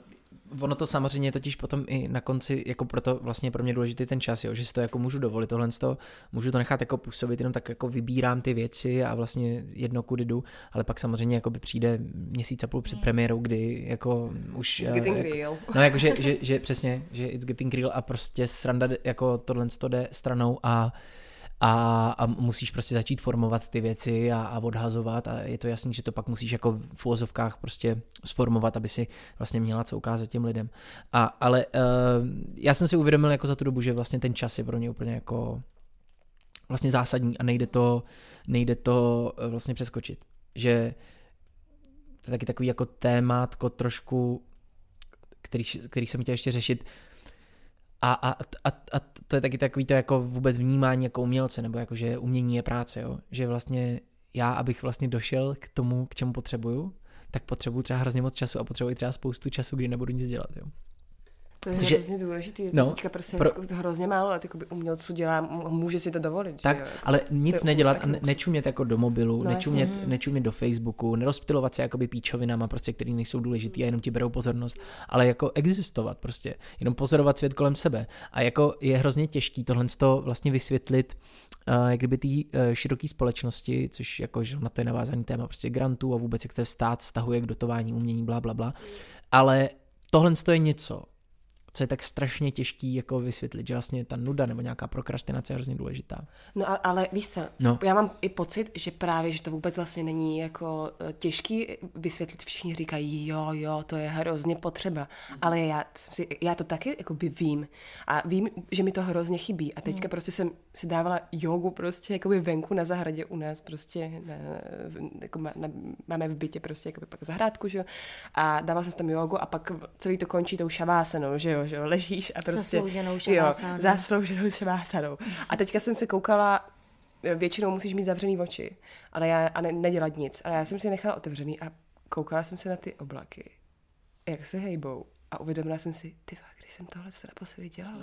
ono to samozřejmě totiž potom i na konci, jako proto vlastně pro mě důležitý ten čas, jo, že si to jako můžu dovolit, tohle z toho, můžu to nechat jako působit, jenom tak jako vybírám ty věci a vlastně jedno kudy jdu, ale pak samozřejmě jako by přijde měsíc a půl před premiérou, kdy jako už... It's getting jako, real. No jako, že, že, že přesně, že it's getting real a prostě sranda jako tohle to jde stranou a A, a musíš prostě začít formovat ty věci a, a odhazovat a je to jasný, že to pak musíš jako v uvozovkách prostě sformovat, aby si vlastně měla co ukázat těm lidem. A, ale uh, já jsem si uvědomil jako za tu dobu, že vlastně ten čas je pro mě úplně jako vlastně zásadní a nejde to, nejde to vlastně přeskočit. Že to je taky takový jako témátko trošku, který, který jsem chtěl ještě řešit. A, a, a, a to je taky takový to jako vůbec vnímání jako umělce, nebo jako, že umění je práce, jo? Že vlastně já, abych vlastně došel k tomu, k čemu potřebuju, tak potřebuju třeba hrozně moc času a potřebuji třeba spoustu času, kdy nebudu nic dělat, jo? To je Což je- hrozně důležitý, no, teďka prostě pro- pro... hrozně málo a umělců dělá, může si to dovolit. Tak, že jo? Jako, ale nic to je nedělat taky a ne, luxus. nečumět jako do mobilu, No, nečumět, jasně. nečumět do Facebooku, nerozptylovat se jakoby píčovinama, prostě, který nejsou důležitý a jenom ti berou pozornost, ale jako existovat prostě, jenom pozorovat svět kolem sebe. A jako je hrozně těžký tohle vlastně vysvětlit, uh, jak kdyby té uh, široké společnosti, což jako, že na to je navázaný téma prostě grantů a vůbec jak se stát stahuje k dotování umění, bla, bla, bla. Ale tohle je něco, co je tak strašně těžký jako vysvětlit, že vlastně ta nuda nebo nějaká prokrastinace je hrozně důležitá. No a, ale víš co, No. já mám i pocit, že právě, že to vůbec vlastně není jako eh, těžký vysvětlit, všichni říkají, jo, jo, to je hrozně potřeba, ale já, si, já to taky jako by vím a vím, že mi to hrozně chybí a teďka prostě jsem si dávala jogu prostě jako by venku na zahradě u nás prostě, na, jako má, na, máme v bytě prostě jako by pak zahrádku, že jo, a dávala jsem si tam jogu a pak celý to končí tou šavásenou, že jo, že jo, ležíš a prostě... Zaslouženou šavásánou. Jo, zaslouženou šavásánou. A teďka jsem se koukala, většinou musíš mít zavřený oči, ale já a ne, nedělat nic. Ale já jsem si nechala otevřený a koukala jsem se na ty oblaky, jak se hejbou. A uvědomila jsem si, ty vole, když jsem tohle co naposledy dělala.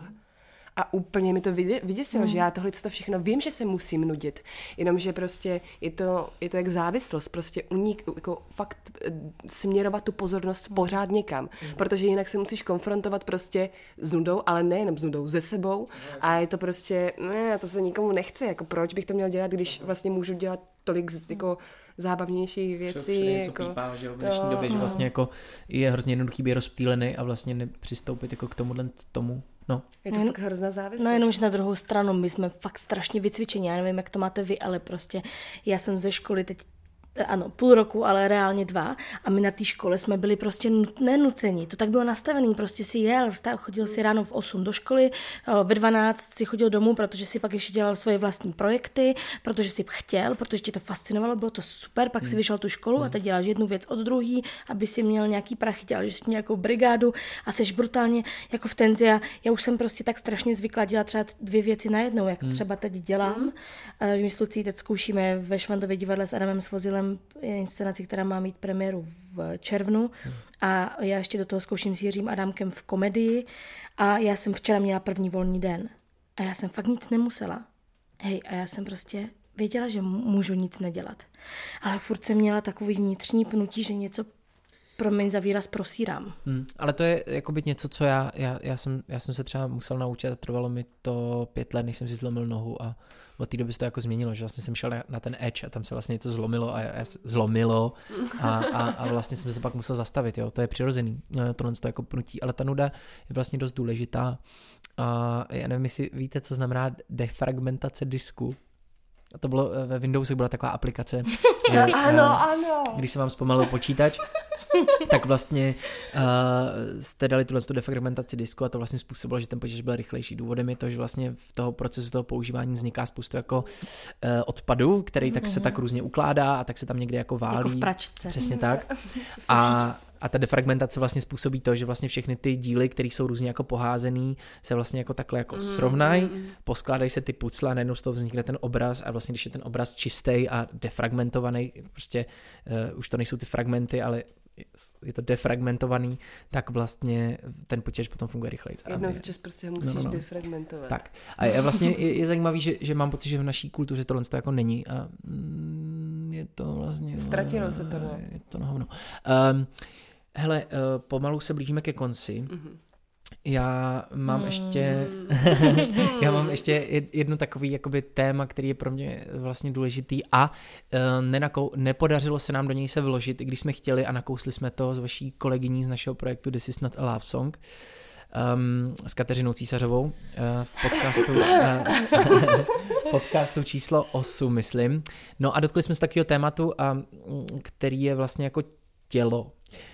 A úplně mi to vydě, vyděsilo, mm. že já tohle to všechno vím, že se musím nudit. Jenomže prostě je to, je to jak závislost, prostě unik, jako fakt eh, směrovat tu pozornost pořád někam. Mm. Protože jinak se musíš konfrontovat prostě s nudou, ale nejenom s nudou, ze sebou. No, a je to prostě, ne, to se nikomu nechce, jako proč bych to měl dělat, když vlastně můžu dělat tolik z, jako zábavnějších věcí. Jako, pípá, že v dnešní to, době, že vlastně jako je hrozně jednoduchý být rozptýlený a vlastně nepřistoupit jako k tomuhle tomu. No. Je to Jen- fakt hrozná závislost. No jenom, že na druhou stranu, my jsme fakt strašně vycvičení, já nevím, jak to máte vy, ale prostě já jsem ze školy teď, ano, půl roku, ale reálně dva a my na té škole jsme byli prostě nut- nenucení, to tak bylo nastavený, prostě si jel, vstal, chodil si ráno v osm do školy, ve dvanáct si chodil domů, protože si pak ještě dělal svoje vlastní projekty, protože si chtěl, protože tě to fascinovalo, bylo to super, pak si vyšel tu školu a teď děláš jednu věc od druhý, aby si měl nějaký prachy, děláš si nějakou brigádu a seš brutálně jako v tenzi a já už jsem prostě tak strašně zvykla dělat třeba dvě věci najednou, jak třeba teď dělám. Mm. My s Lucí teď zkoušíme ve Švandově divadle s Adamem Svozilem inscenaci, která má mít premiéru v červnu a já ještě do toho zkouším s Jiřím Adámkem v komedii a já jsem včera měla první volný den a já jsem fakt nic nemusela. Hej, a já jsem prostě věděla, že můžu nic nedělat. Ale furt jsem měla takový vnitřní pnutí, že něco promiň za výraz prosírám. Hmm, ale to je jakoby něco, co já, já, já, jsem, já jsem se třeba musel naučit a trvalo mi to pět let, než jsem si zlomil nohu a od té doby se to jako změnilo, že vlastně jsem šel na, na ten edge a tam se vlastně něco zlomilo a, a zlomilo a, a, a vlastně jsem se pak musel zastavit, jo, to je přirozený, tohle to jako pnutí, ale ta nuda je vlastně dost důležitá a já nevím, jestli víte, co znamená defragmentace disku. A to bylo ve Windowsu, byla taková aplikace, že, Ano, ano. když se vám zpomalil počítač, tak vlastně uh, jste dali tuhle defragmentaci disku a to vlastně způsobilo, že ten počítač byl rychlejší. Důvodem je to, že vlastně v toho procesu toho používání vzniká spoustu jako uh, odpadu, který tak se tak různě ukládá a tak se tam někde jako válí. Jako v pračce. Přesně tak. A, a ta defragmentace vlastně způsobí to, že vlastně všechny ty díly, které jsou různě jako poházený, se vlastně jako takhle jako srovnají, poskládají se ty pucle a najednou z toho vznikne ten obraz a vlastně když je ten obraz čistý a defragmentovaný, prostě uh, už to nejsou ty fragmenty, ale je to defragmentovaný, tak vlastně ten počítač potom funguje rychleji. Jednou za čas prostě musíš no, no, no. defragmentovat. Tak. A je vlastně je, je zajímavý, že, že mám pocit, že v naší kultuře tohle to jako není a mm, je to vlastně... Ztratilo se to, no. Je to na hovno. Um, hele, uh, pomalu se blížíme ke konci. Mm-hmm. Já mám hmm. ještě já mám ještě jedno takový jakoby téma, který je pro mě vlastně důležitý a uh, nenakou, nepodařilo se nám do něj se vložit, i když jsme chtěli a nakousli jsme to s vaší kolegyní z našeho projektu This is not a love song um, s Kateřinou Císařovou uh, v podcastu uh, podcastu číslo osm, myslím. No a dotkli jsme se takového tématu, a, který je vlastně jako tělo.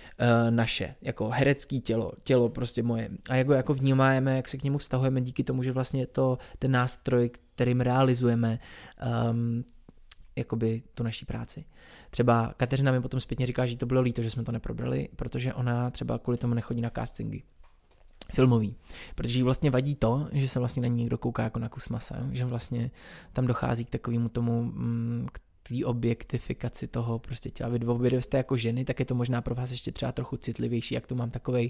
Naše, jako herecký tělo, tělo prostě moje. A jak ho jako vnímáme, jak se k němu vztahujeme díky tomu, že vlastně to ten nástroj, kterým realizujeme um, jakoby tu naší práci. Třeba Kateřina mi potom zpětně říká, že to bylo líto, že jsme to neprobrali, protože ona třeba kvůli tomu nechodí na castingy filmový, protože jí vlastně vadí to, že se vlastně na ní někdo kouká jako na kus masa, že vlastně tam dochází k takovému tomu, mm, k té objektifikaci toho prostě těla. Vy dvě jste jako ženy, tak je to možná pro vás ještě třeba trochu citlivější, jak tu mám takovej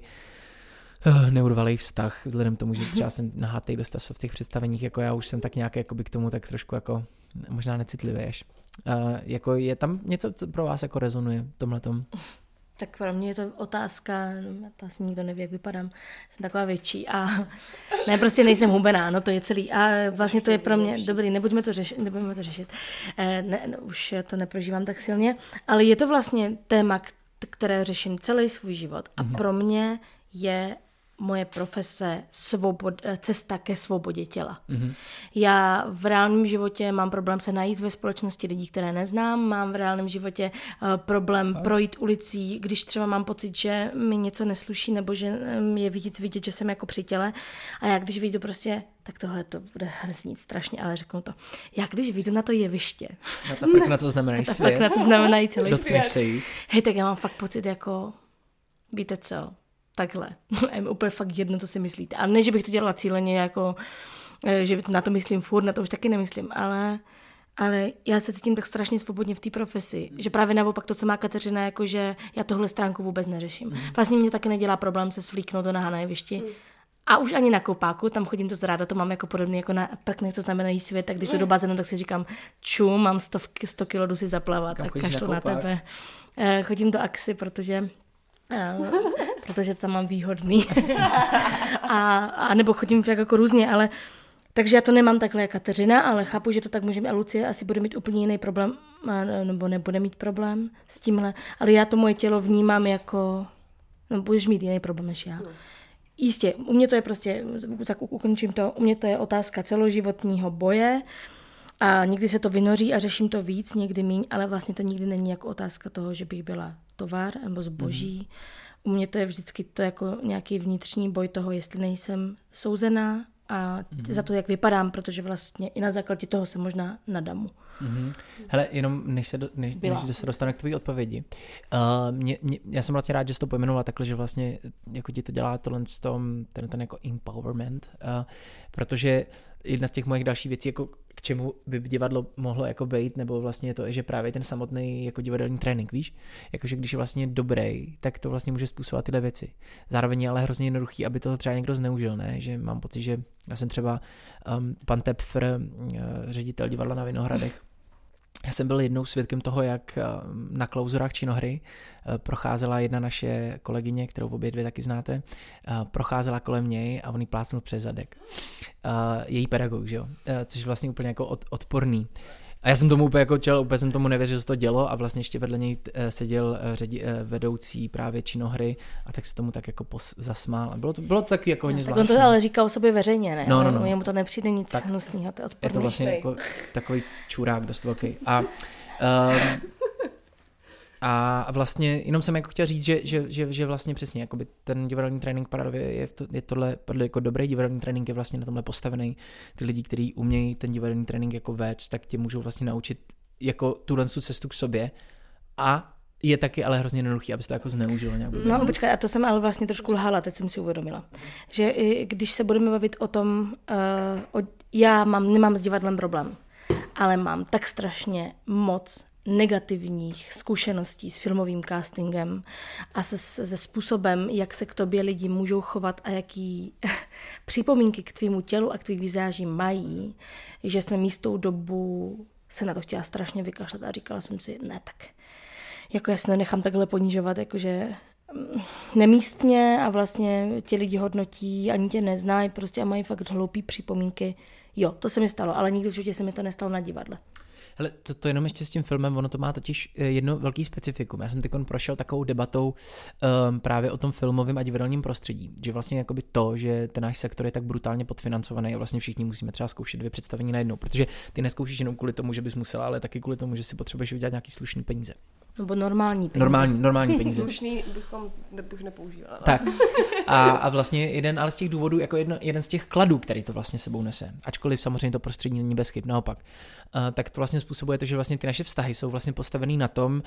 uh, neurvalej vztah, vzhledem k tomu, že třeba jsem nahátej dost v těch představeních, jako já už jsem tak nějak jakoby k tomu tak trošku jako možná necitlivý až. Uh, jako je tam něco, co pro vás jako rezonuje v tomhletom? Tak pro mě je to otázka, to asi nikdo neví, jak vypadám, jsem taková větší a ne, prostě nejsem hubená, no to je celý a vlastně to je pro mě, dobrý, nebudeme to řešit, nebudeme to řešit, ne, ne, už to neprožívám tak silně, ale je to vlastně téma, které řeším celý svůj život a mm-hmm. pro mě je moje profese svobod, cesta ke svobodě těla. Mm-hmm. Já v reálném životě mám problém se najít ve společnosti lidí, které neznám, mám v reálném životě uh, problém a? projít ulicí, když třeba mám pocit, že mi něco nesluší, nebo že je vidět, vidět, že jsem jako při těle. A já když vyjdu prostě, tak tohle to bude znít strašně, ale řeknu to. Já když vyjdu na to jeviště. Na ta prk, na co znamenají svět. Tak na co znamenají celý svět. Se jí. Hej, tak já mám fakt pocit jako, víte co, takhle. Je mi úplně fakt jedno, co si myslíte. A ne, že bych to dělala cíleně, jako, že na to myslím furt, na to už taky nemyslím, ale, ale já se cítím tak strašně svobodně v té profesi, že právě naopak to, co má Kateřina, jako že já tohle stránku vůbec neřeším. Vlastně mě taky nedělá problém se svlíknout do naha na jevišti. A už ani na koupáku, tam chodím to ráda, to mám jako podobný jako na prkne, co znamená jí svět, tak když jdu do bazénu, tak si říkám, čum, mám stovky, sto kilo, jdu si zaplavat a kašlu na, na tebe. Chodím do Axy, protože Uh, protože tam mám výhodný. a, a nebo chodím jak jako různě, ale takže já to nemám takhle jako Kateřina, ale chápu, že to tak může mít a Lucie asi bude mít úplně jiný problém, nebo nebude mít problém s tímhle, ale já to moje tělo vnímám jako, no budeš mít jiný problém než já. Jistě, u mě to je prostě, tak ukončím to, u mě to je otázka celoživotního boje, a někdy se to vynoří a řeším to víc, někdy míň, ale vlastně to nikdy není jako otázka toho, že bych byla tovar nebo zboží. Mm. U mě to je vždycky to jako nějaký vnitřní boj toho, jestli nejsem souzená a mm. za to, jak vypadám, protože vlastně i na základě toho jsem možná na damu. Mm-hmm. Hele, jenom než se, do, než, než se dostane k tvojí odpovědi. Uh, mě, mě, já jsem vlastně rád, že jsi to pojmenovala takhle, že vlastně jako ti to dělá tohle s tom, ten, ten jako empowerment, uh, protože jedna z těch mojich dalších věcí, jako k čemu by divadlo mohlo jako být, nebo vlastně je to, že právě ten samotný jako divadelní trénink, víš? Jakože když je vlastně dobrý, tak to vlastně může způsobovat tyhle věci. Zároveň je ale hrozně jednoduchý, aby to třeba někdo zneužil, ne? Že mám pocit, že já jsem třeba um, pan Tepfr, uh, ředitel divadla na Vinohradech, já jsem byl jednou svědkem toho, jak na klauzurách činohry procházela jedna naše kolegyně, kterou obě dvě taky znáte, procházela kolem něj a on jí plácnul přes zadek. Její pedagog, že jo? Což je vlastně úplně jako odporný. A já jsem tomu úplně jako čel, úplně jsem tomu nevěřil, že se to dělo a vlastně ještě vedle něj seděl ředi, vedoucí právě činohry a tak se tomu tak jako pos, zasmál. A bylo to, bylo to taky jako hodně zvláštní. Tak on to ale říkal o sobě veřejně, ne? No, no, no. Jemu to nepřijde nic tak hnusného, to je odporný. Je to vlastně jako takový čurák dost velký. A, um, a vlastně jenom jsem jako chtěl říct, že, že, že, že vlastně přesně jakoby ten divadelní trénink Paradově je, to, je tohle, tohle jako dobrý divadelní trénink je vlastně na tomhle postavený. Ty lidi, kteří umějí ten divadelní trénink jako vést, tak tě můžou vlastně naučit jako tuhle cestu k sobě a je taky ale hrozně jednoduchý, abys to jako zneužilo nějak. No počkej, a to jsem ale vlastně trošku lhala, teď jsem si uvědomila. Že i když se budeme bavit o tom, uh, o, já mám, nemám s divadlem problém, ale mám tak strašně moc negativních zkušeností s filmovým castingem a se, se způsobem, jak se k tobě lidi můžou chovat a jaký připomínky k tvýmu tělu a k tvý vizáži mají, že jsem místou dobu se na to chtěla strašně vykašlat a říkala jsem si, ne tak, jako já se nenechám takhle ponižovat, jakože nemístně a vlastně ti lidi hodnotí, ani tě neznají prostě a mají fakt hloupý připomínky. Jo, to se mi stalo, ale nikdy v životě se mi to nestalo na divadle. Hele, to, to jenom ještě s tím filmem, ono to má totiž jedno velký specifikum. Já jsem teď prošel takovou debatou um, právě o tom filmovém a divadelním prostředí, že vlastně jakoby to, že ten náš sektor je tak brutálně podfinancovaný a vlastně všichni musíme třeba zkoušet dvě představení najednou, protože ty neskoušíš jenom kvůli tomu, že bys musela, ale taky kvůli tomu, že si potřebuješ vydělat nějaký slušný peníze. Nebo normální peníze. Normální, normální peníze. Slušný bychom, bych nepoužívala. Tak. A, a vlastně jeden, ale z těch důvodů, jako jedno, jeden z těch kladů, který to vlastně sebou nese, ačkoliv samozřejmě to prostředí není bez chyb, naopak, uh, tak to vlastně způsobuje to, že vlastně ty naše vztahy jsou vlastně postavený na tom,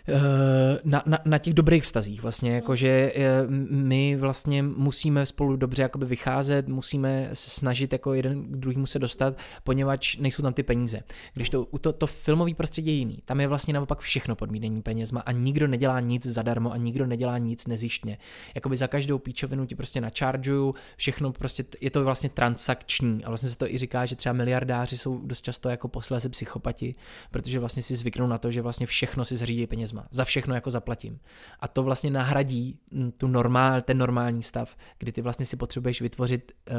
Na, na, na těch dobrých vztazích vlastně, jakože my vlastně musíme spolu dobře jakoby vycházet, musíme se snažit jako jeden k druhému se dostat, poněvadž nejsou tam ty peníze. Když to, to, to filmový prostředí je jiný, tam je vlastně naopak všechno podmínění penězma a nikdo nedělá nic zadarmo a nikdo nedělá nic nezištně. Jakoby za každou píčovinu ti prostě načaržuju, všechno prostě, je to vlastně transakční a vlastně se to i říká, že třeba miliardáři jsou dost často jako posléze psychopati, protože vlastně si zvyknou na to, že vlastně všechno si zařídí penězma. Za všechno jako zaplatím. A to vlastně nahradí tu normál, ten normální stav, kdy ty vlastně si potřebuješ vytvořit uh,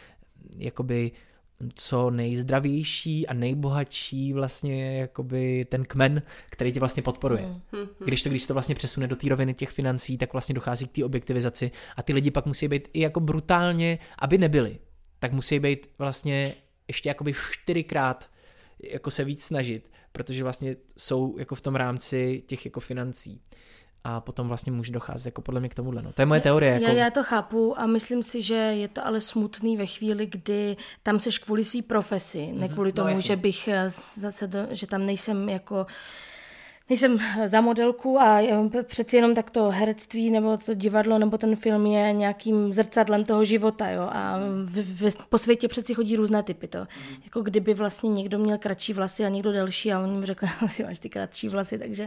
jakoby co nejzdravější a nejbohatší vlastně jakoby ten kmen, který tě vlastně podporuje. Když to, když to vlastně přesune do té roviny těch financí, tak vlastně dochází k té objektivizaci a ty lidi pak musí být i jako brutálně, aby nebyli, tak musí být vlastně ještě jakoby čtyřikrát jako se víc snažit, protože vlastně jsou jako v tom rámci těch jako financí. A potom vlastně může docházet jako podle mě k tomuhle. No. To je moje teorie. Jako... Já, já to chápu a myslím si, že je to ale smutný ve chvíli, kdy tam seš kvůli svý profesi, ne kvůli tomu, no, že bych zase, do, že tam nejsem jako nejsem za modelku a přeci jenom tak to herectví nebo to divadlo nebo ten film je nějakým zrcadlem toho života, jo, a v, v, po světě přeci chodí různé typy, to. Jako kdyby vlastně někdo měl kratší vlasy a někdo delší a on mu řekl, že máš ty kratší vlasy, takže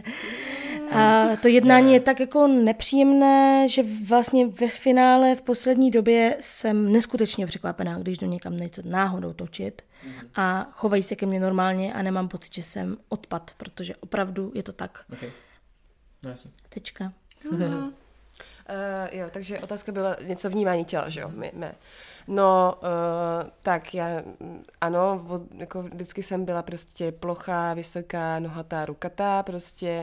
a to jednání je tak jako nepříjemné, že vlastně ve finále v poslední době jsem neskutečně překvapená, když jdu někam něco náhodou točit a chovají se ke mně normálně a nemám pocit, že jsem odpad, protože opravdu je to tak. Okay. No, jasně. Tečka. Mm-hmm. uh, jo, takže otázka byla něco vnímání těla, že jo? My, my. No, uh, tak já, ano, vo, jako vždycky jsem byla prostě plochá, vysoká, nohatá, rukatá prostě,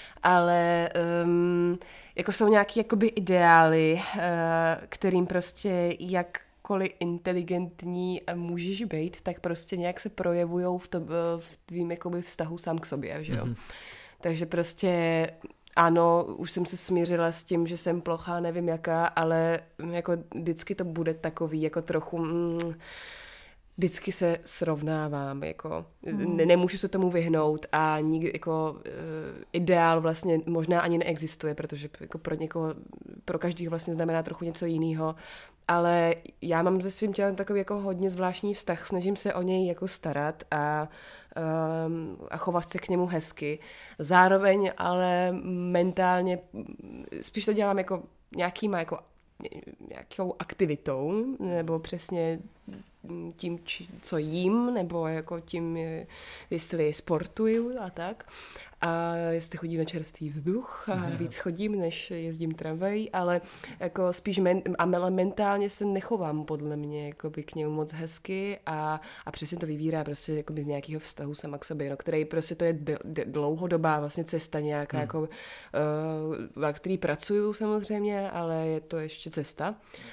ale um, jako jsou nějaký jakoby ideály, uh, kterým prostě jak jakkoliv inteligentní můžeš být, tak prostě nějak se projevujou v, to, v tvým jakoby vztahu sám k sobě, že jo. Mm-hmm. Takže prostě ano, už jsem se smířila s tím, že jsem plochá, nevím jaká, ale jako vždycky to bude takový jako trochu... Mm, vždycky se srovnávám, jako mm. ne, nemůžu se tomu vyhnout a nikdy, jako uh, ideál vlastně možná ani neexistuje, protože jako pro někoho, pro každého vlastně znamená trochu něco jiného, ale já mám se svým tělem takový jako hodně zvláštní vztah, snažím se o něj jako starat a, um, a chovat se k němu hezky. Zároveň ale mentálně spíš to dělám jako nějakýma jako nějakou aktivitou, nebo přesně tím, či, co jím, nebo jako tím, jestli sportuju a tak. A jestli chodím na čerstvý vzduch a víc chodím, než jezdím tramvají, ale jako spíš men, a mentálně se nechovám podle mě jakoby k němu moc hezky a, a přesně to vybírá prostě jakoby z nějakého vztahu sama k sobě, no, který prostě to je d- d- dlouhodobá vlastně cesta nějaká, hmm. jako, uh, na který pracuju samozřejmě, ale je to ještě cesta.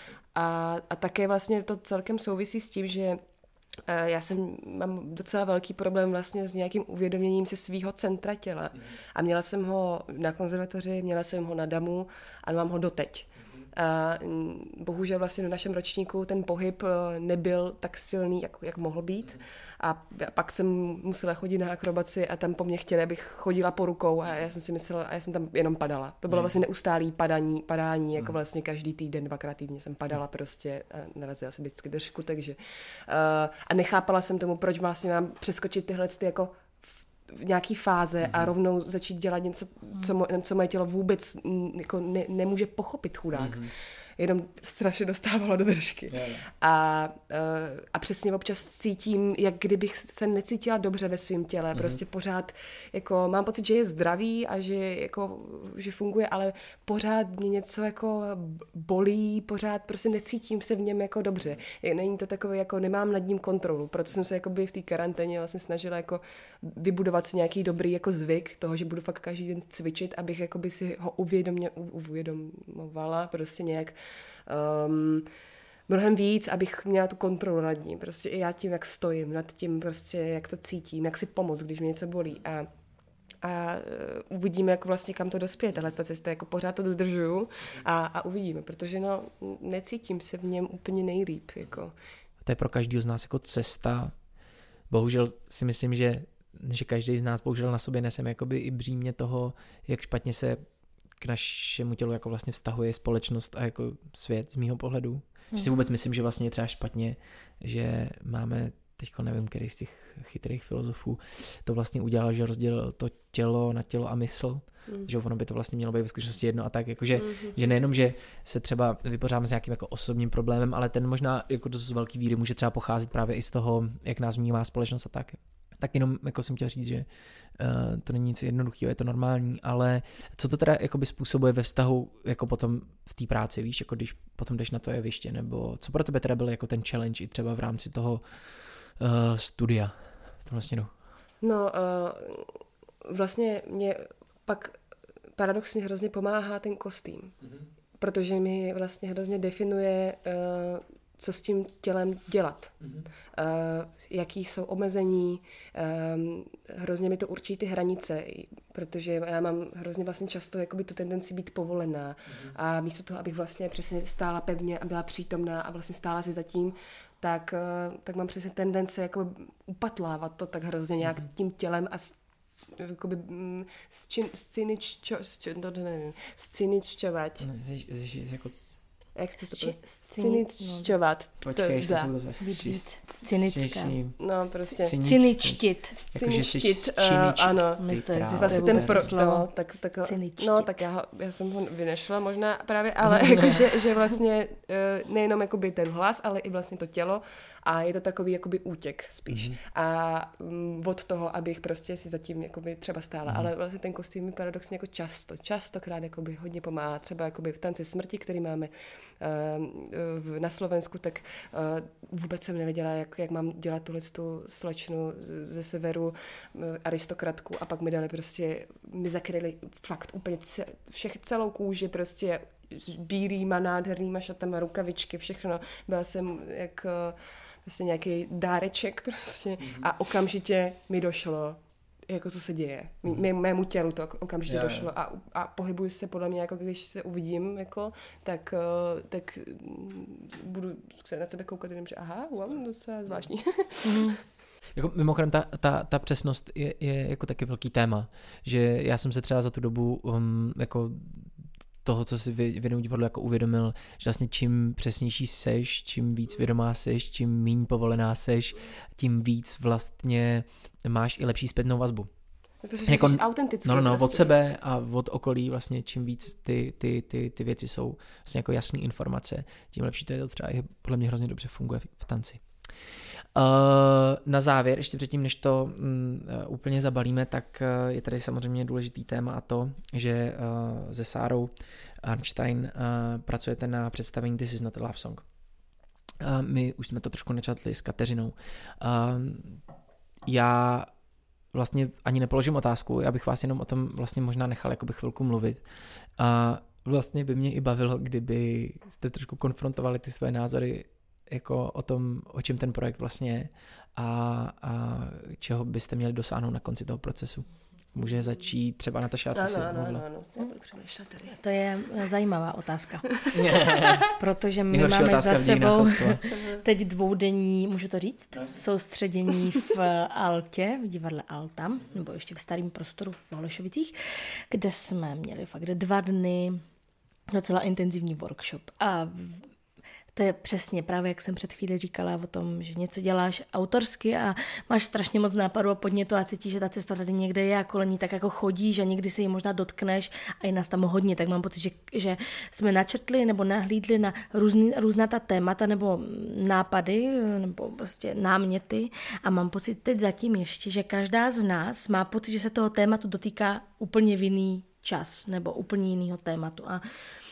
A, a také vlastně to celkem souvisí s tím, že já jsem, mám docela velký problém vlastně s nějakým uvědoměním si svýho centra těla. A měla jsem ho na konzervatoři, měla jsem ho na damu a mám ho doteď. A bohužel vlastně v našem ročníku ten pohyb nebyl tak silný, jak, jak mohl být. A pak jsem musela chodit na akrobaci a tam po mně chtěli, abych chodila po rukou a já jsem si myslela, a já jsem tam jenom padala. To bylo vlastně neustálý padání, padání, jako vlastně každý týden, dvakrát týdně jsem padala prostě a narazila jsem vždycky držku, takže uh, a nechápala jsem tomu, proč vlastně mám přeskočit tyhle ty jako v nějaký fáze a rovnou začít dělat něco, co, mo, co moje tělo vůbec jako ne, nemůže pochopit, chudák. Mm-hmm. jenom strašně dostávala do držky. Jo, jo. A, a přesně občas cítím, jak kdybych se necítila dobře ve svém těle. Mm-hmm. Prostě pořád, jako mám pocit, že je zdravý a že, jako, že funguje, ale pořád mě něco jako bolí, pořád prostě necítím se v něm jako dobře. Není to takové, jako nemám nad ním kontrolu. Proto jsem se jakoby v té karanténě vlastně snažila jako vybudovat si nějaký dobrý jako zvyk toho, že budu fakt každý den cvičit, abych jakoby si ho uvědomě, uvědomovala prostě nějak um, mnohem víc, abych měla tu kontrolu nad ním. Prostě i já tím, jak stojím, nad tím prostě, jak to cítím, jak si pomoct, když mě něco bolí. A, a uh, uvidíme, jako vlastně kam to dospěje, tahle cesta, jako pořád to dodržuju a, a uvidíme, protože no, necítím se v něm úplně nejlíp. Jako. To je pro každého z nás jako cesta. Bohužel si myslím, že, že každý z nás bohužel na sobě neseme jakoby i břímě toho, jak špatně se k našemu tělu jako vlastně vztahuje společnost a jako svět z mýho pohledu. Hmm. Že si vůbec myslím, že vlastně je třeba špatně, že máme teďko nevím, který z těch chytrých filozofů to vlastně udělal, že rozdělil to tělo na tělo a mysl, mm. že ono by to vlastně mělo být v skutečnosti jedno a tak, jakože, mm-hmm. že nejenom, že se třeba vypořádáme s nějakým jako osobním problémem, ale ten možná jako dost velký víry může třeba pocházet právě i z toho, jak nás vnímá společnost a tak. Tak jenom jako jsem chtěl říct, že uh, to není nic jednoduchého, je to normální, ale co to teda jakoby způsobuje ve vztahu jako potom v té práci, víš, jako když potom jdeš na to jeviště, nebo co pro tebe teda byl jako ten challenge i třeba v rámci toho uh, studia v tomhle směru? No, uh, vlastně mě pak paradoxně hrozně pomáhá ten kostým, mm-hmm. protože mi vlastně hrozně definuje, uh, co s tím tělem dělat, mm-hmm. uh, jaký jsou omezení, um, hrozně mi to určí ty hranice, protože já mám hrozně vlastně často jakoby tu tendenci být povolená mm-hmm. a místo toho, abych vlastně přesně stála pevně a byla přítomná a vlastně stála si zatím, tak, uh, tak mám přesně tendenci jako upatlávat to tak hrozně nějak mm-hmm. tím tělem a jakoby mm, scéniččo, no, nevím, scéniččovat. No, z, z, z, jako... Jak chci to říct? Scéniččovat. Počkej, ještě jsem to zase Scénická. No, prostě. Scéničtit. Scéničtit, ano. Zase ten pro... No, tak, tak, no, tak já, já jsem ho vynešla možná právě, ale jakože, že vlastně nejenom jakoby ten hlas, ale i vlastně to tělo a je to takový jakoby útěk spíš. Mm-hmm. A um, od toho, abych prostě si zatím jakoby třeba stála, mm-hmm. ale vlastně ten kostým mi paradoxně jako často, častokrát jakoby hodně pomáhá. Třeba jakoby v Tanci smrti, který máme uh, na Slovensku, tak uh, vůbec jsem nevěděla, jak, jak mám dělat tuhle tu slečnu ze severu, uh, aristokratku a pak mi dali prostě, mi zakryli fakt úplně ce, všech, celou kůži prostě bílýma, nádhernýma šatama, rukavičky, všechno. Byla jsem jak uh, prostě nějaký dáreček prostě mm-hmm. a okamžitě mi došlo, jako co se děje. Mé, mému tělu to okamžitě yeah, došlo a, a pohybuji se podle mě, jako když se uvidím, jako, tak, uh, tak budu se na sebe koukat a vím, že aha, wow, docela zvláštní. Mm-hmm. Jako mimochodem ta, ta, ta přesnost je, je jako taky velký téma, že já jsem se třeba za tu dobu um, jako toho, co si vědomí divadlo jako uvědomil, že vlastně čím přesnější seš, čím víc vědomá seš, čím míň povolená seš, tím víc vlastně máš i lepší zpětnou vazbu. Jako, autenticky. No, no, no, prostě. od sebe a od okolí vlastně čím víc ty, ty, ty, ty věci jsou vlastně jako jasné informace, tím lepší to je to třeba i podle mě hrozně dobře funguje v tanci. Uh, na závěr, ještě předtím, než to um, uh, úplně zabalíme, tak uh, je tady samozřejmě důležitý téma a to, že uh, se Sárou Arnstein uh, pracujete na představení This is not a love song. Uh, my už jsme to trošku načatli s Kateřinou. Uh, já vlastně ani nepoložím otázku, já bych vás jenom o tom vlastně možná nechal jakoby chvilku mluvit. A vlastně by mě i bavilo, kdyby jste trošku konfrontovali ty své názory jako o tom, o čem ten projekt vlastně je a, a čeho byste měli dosáhnout na konci toho procesu. Může začít třeba Nataša, ty si mohla. To je zajímavá otázka. Protože my máme za sebou teď dvoudenní, můžu to říct, soustředění v Altě, v divadle Alta, nebo ještě v starém prostoru v Holešovicích, kde jsme měli fakt dva dny docela intenzivní workshop. A To je přesně právě, jak jsem před chvíli říkala o tom, že něco děláš autorsky a máš strašně moc nápadů a podnětu a cítíš, že ta cesta tady někde je a kolem ní tak jako chodíš a někdy se jí možná dotkneš a je nás tam hodně, tak mám pocit, že, že jsme načrtli nebo nahlídli na různý, různá ta témata nebo nápady nebo prostě náměty a mám pocit teď zatím ještě, že každá z nás má pocit, že se toho tématu dotýká úplně v jiný čas nebo úplně jinýho tématu a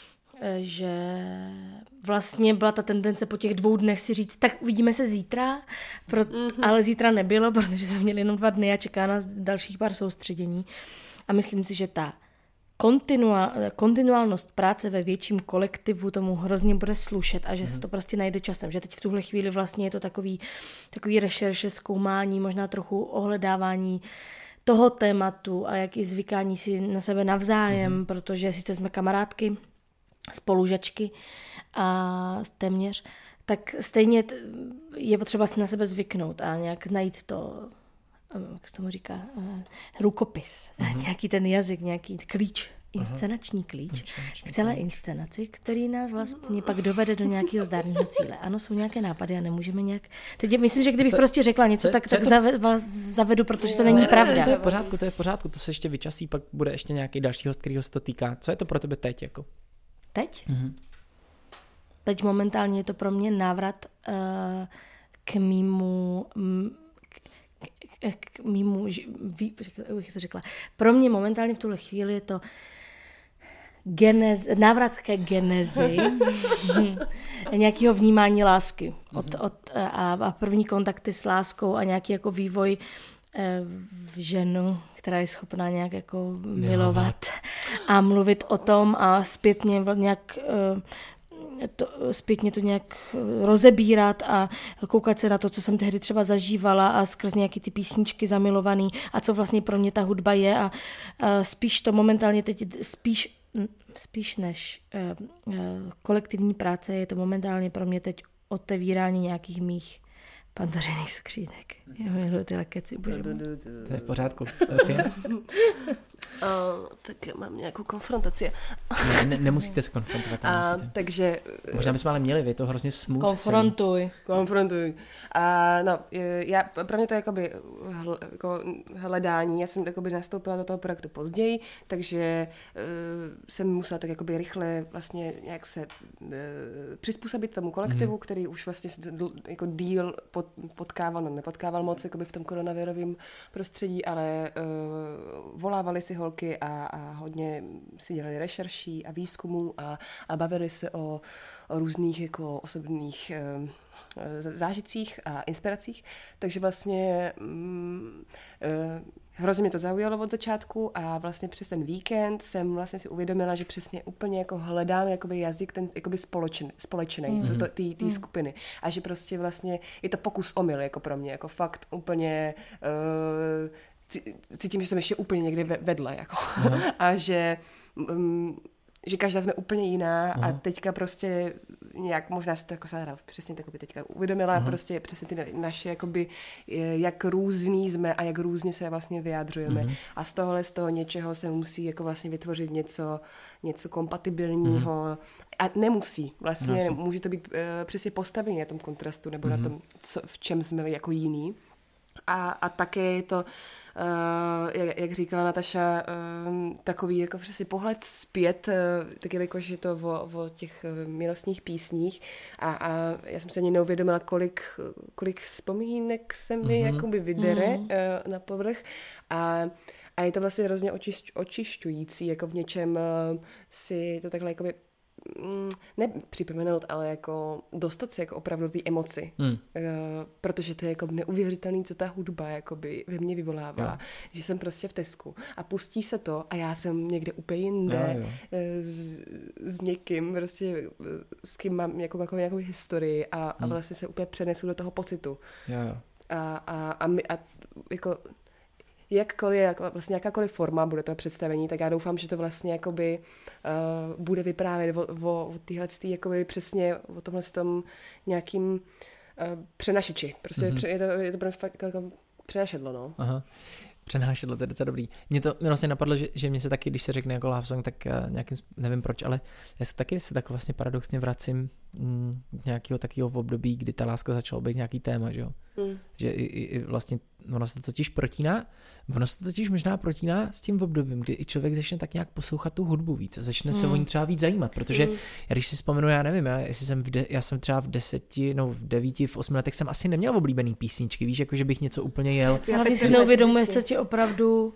že vlastně byla ta tendence po těch dvou dnech si říct, tak uvidíme se zítra, pro, mm-hmm. ale zítra nebylo, protože jsme měli jenom dva dny a čeká nás dalších pár soustředění. A myslím si, že ta kontinua, kontinuálnost práce ve větším kolektivu tomu hrozně bude slušet a že mm-hmm. se to prostě najde časem. Že teď v tuhle chvíli vlastně je to takový, takový rešerše, zkoumání, možná trochu ohledávání toho tématu a jak i zvykání si na sebe navzájem, mm-hmm. protože sice jsme kamarádky, spolužačky a téměř, tak stejně je potřeba si na sebe zvyknout a nějak najít to, jak se tomu říká, rukopis, mm-hmm. nějaký ten jazyk, nějaký klíč, inscenační klíč k celé inscenaci, který nás vlastně pak dovede do nějakého zdárného cíle. Ano, jsou nějaké nápady a nemůžeme nějak... Teď myslím, že kdybych co, prostě řekla něco, co, tak, co tak to... zave, vás zavedu, protože to není ne, pravda. Ne, to je v pořádku, to je v pořádku, to se ještě vyčasí, pak bude ještě nějaký další host, kterýho se to týká. Co je to pro tebe teď? Jako? Teď? Mm-hmm. Teď momentálně je to pro mě návrat uh, k mýmu... K, k, k mýmu... Ví, jak to řekla. Pro mě momentálně v tuhle chvíli je to genez, návrat ke genezi nějakého vnímání lásky. Od, od, a, a první kontakty s láskou a nějaký jako vývoj v ženu, která je schopná nějak jako milovat a mluvit o tom a zpětně nějak to, zpětně to nějak rozebírat a koukat se na to, co jsem tehdy třeba zažívala a skrz nějaký ty písničky zamilovaný a co vlastně pro mě ta hudba je a, a spíš to momentálně teď spíš spíš než uh, uh, kolektivní práce je to momentálně pro mě teď otevírání nějakých mých Pandořiných skřínek. Já miluji tyhle keci. To je v pořádku. Uh, tak já mám nějakou konfrontaci. Ne, ne, nemusíte se konfrontovat. A, takže... Možná bychom ale měli, vy to hrozně smooth. Konfrontuj. Celý. Konfrontuj. A, no, já, pro mě to je jakoby hl, jako hledání. Já jsem jakoby nastoupila do toho projektu později, takže uh, jsem musela tak jakoby rychle vlastně nějak se uh, přizpůsobit tomu kolektivu, mm. který už vlastně jako díl pod, potkával, no nepotkával moc jakoby v tom koronavirovém prostředí, ale uh, volávali si holky a, a hodně si dělali rešerší a výzkumů a, a bavili se o, o různých jako osobních e, zážitcích a inspiracích. Takže vlastně mm, e, hrozně mě to zaujalo od začátku a vlastně přes ten víkend jsem vlastně si uvědomila, že přesně úplně jako hledám jakoby jazyk ten jakoby společný, společný mm. to, ty, ty mm. skupiny. A že prostě vlastně je to pokus omyl jako pro mě, jako fakt úplně e, cítím, že jsem ještě úplně někde vedle, jako. A že, um, že každá jsme úplně jiná Aha. a teďka prostě nějak, možná si to jako Sára přesně tak by teďka uvědomila, Aha. prostě přesně ty naše, jakoby, jak různý jsme a jak různě se vlastně vyjádřujeme. Aha. A z tohohle, z toho něčeho se musí jako vlastně vytvořit něco, něco kompatibilního. Aha. A nemusí. Vlastně Asi. může to být uh, přesně postavení na tom kontrastu nebo Aha. na tom, co, v čem jsme jako jiný. A, a také je to, uh, jak, jak říkala Nataša, uh, takový jako přesně pohled zpět, uh, tak jelikož je to o, o těch uh, milostných písních a, a já jsem se ani neuvědomila, kolik, kolik vzpomínek se mi mm-hmm. jakoby vydere mm-hmm. uh, na povrch a a je to vlastně hrozně očišť, očišťující, jako v něčem uh, si to takhle jakoby ne připomenout, ale jako dostat se jako opravdu ty emoci. Hmm. Uh, protože to je jako neuvěřitelný, co ta hudba jakoby ve mně vyvolává. Jo. Že jsem prostě v Tesku a pustí se to a já jsem někde úplně jinde jo, jo. S, s někým, prostě s kým mám jako, jako nějakou historii a, hmm. a vlastně se úplně přenesu do toho pocitu. Jo, jo. A, a, a, my, a jako jakkoliv, jako vlastně jakákoliv forma bude to představení, tak já doufám, že to vlastně jakoby uh, bude vyprávět o, o, o téhletý, jakoby přesně o tomhle tom nějakým uh, přenašeči. Prostě mm-hmm. je to, je to pro mě fakt jako přenašedlo, no. Aha. Přenášedlo, to je docela dobrý. Mně to mě vlastně napadlo, že, že mě se taky, když se řekne jako love song, tak uh, nějakým, nevím proč, ale já se taky se tak vlastně paradoxně vracím mm, nějakého takového období, kdy ta láska začala být nějaký téma, že jo. Mm. Že i, i vlastně ono se to totiž protíná, ono se to totiž možná protíná s tím obdobím, kdy i člověk začne tak nějak poslouchat tu hudbu víc a začne mm. se o ní třeba víc zajímat, protože mm. já když si vzpomenu, já nevím, já, jestli jsem, v de, já jsem třeba v deseti, no v devíti, v osmi letech jsem asi neměl oblíbený písničky, víš, jako že bych něco úplně jel. Ale když si neuvědomuješ, co tě opravdu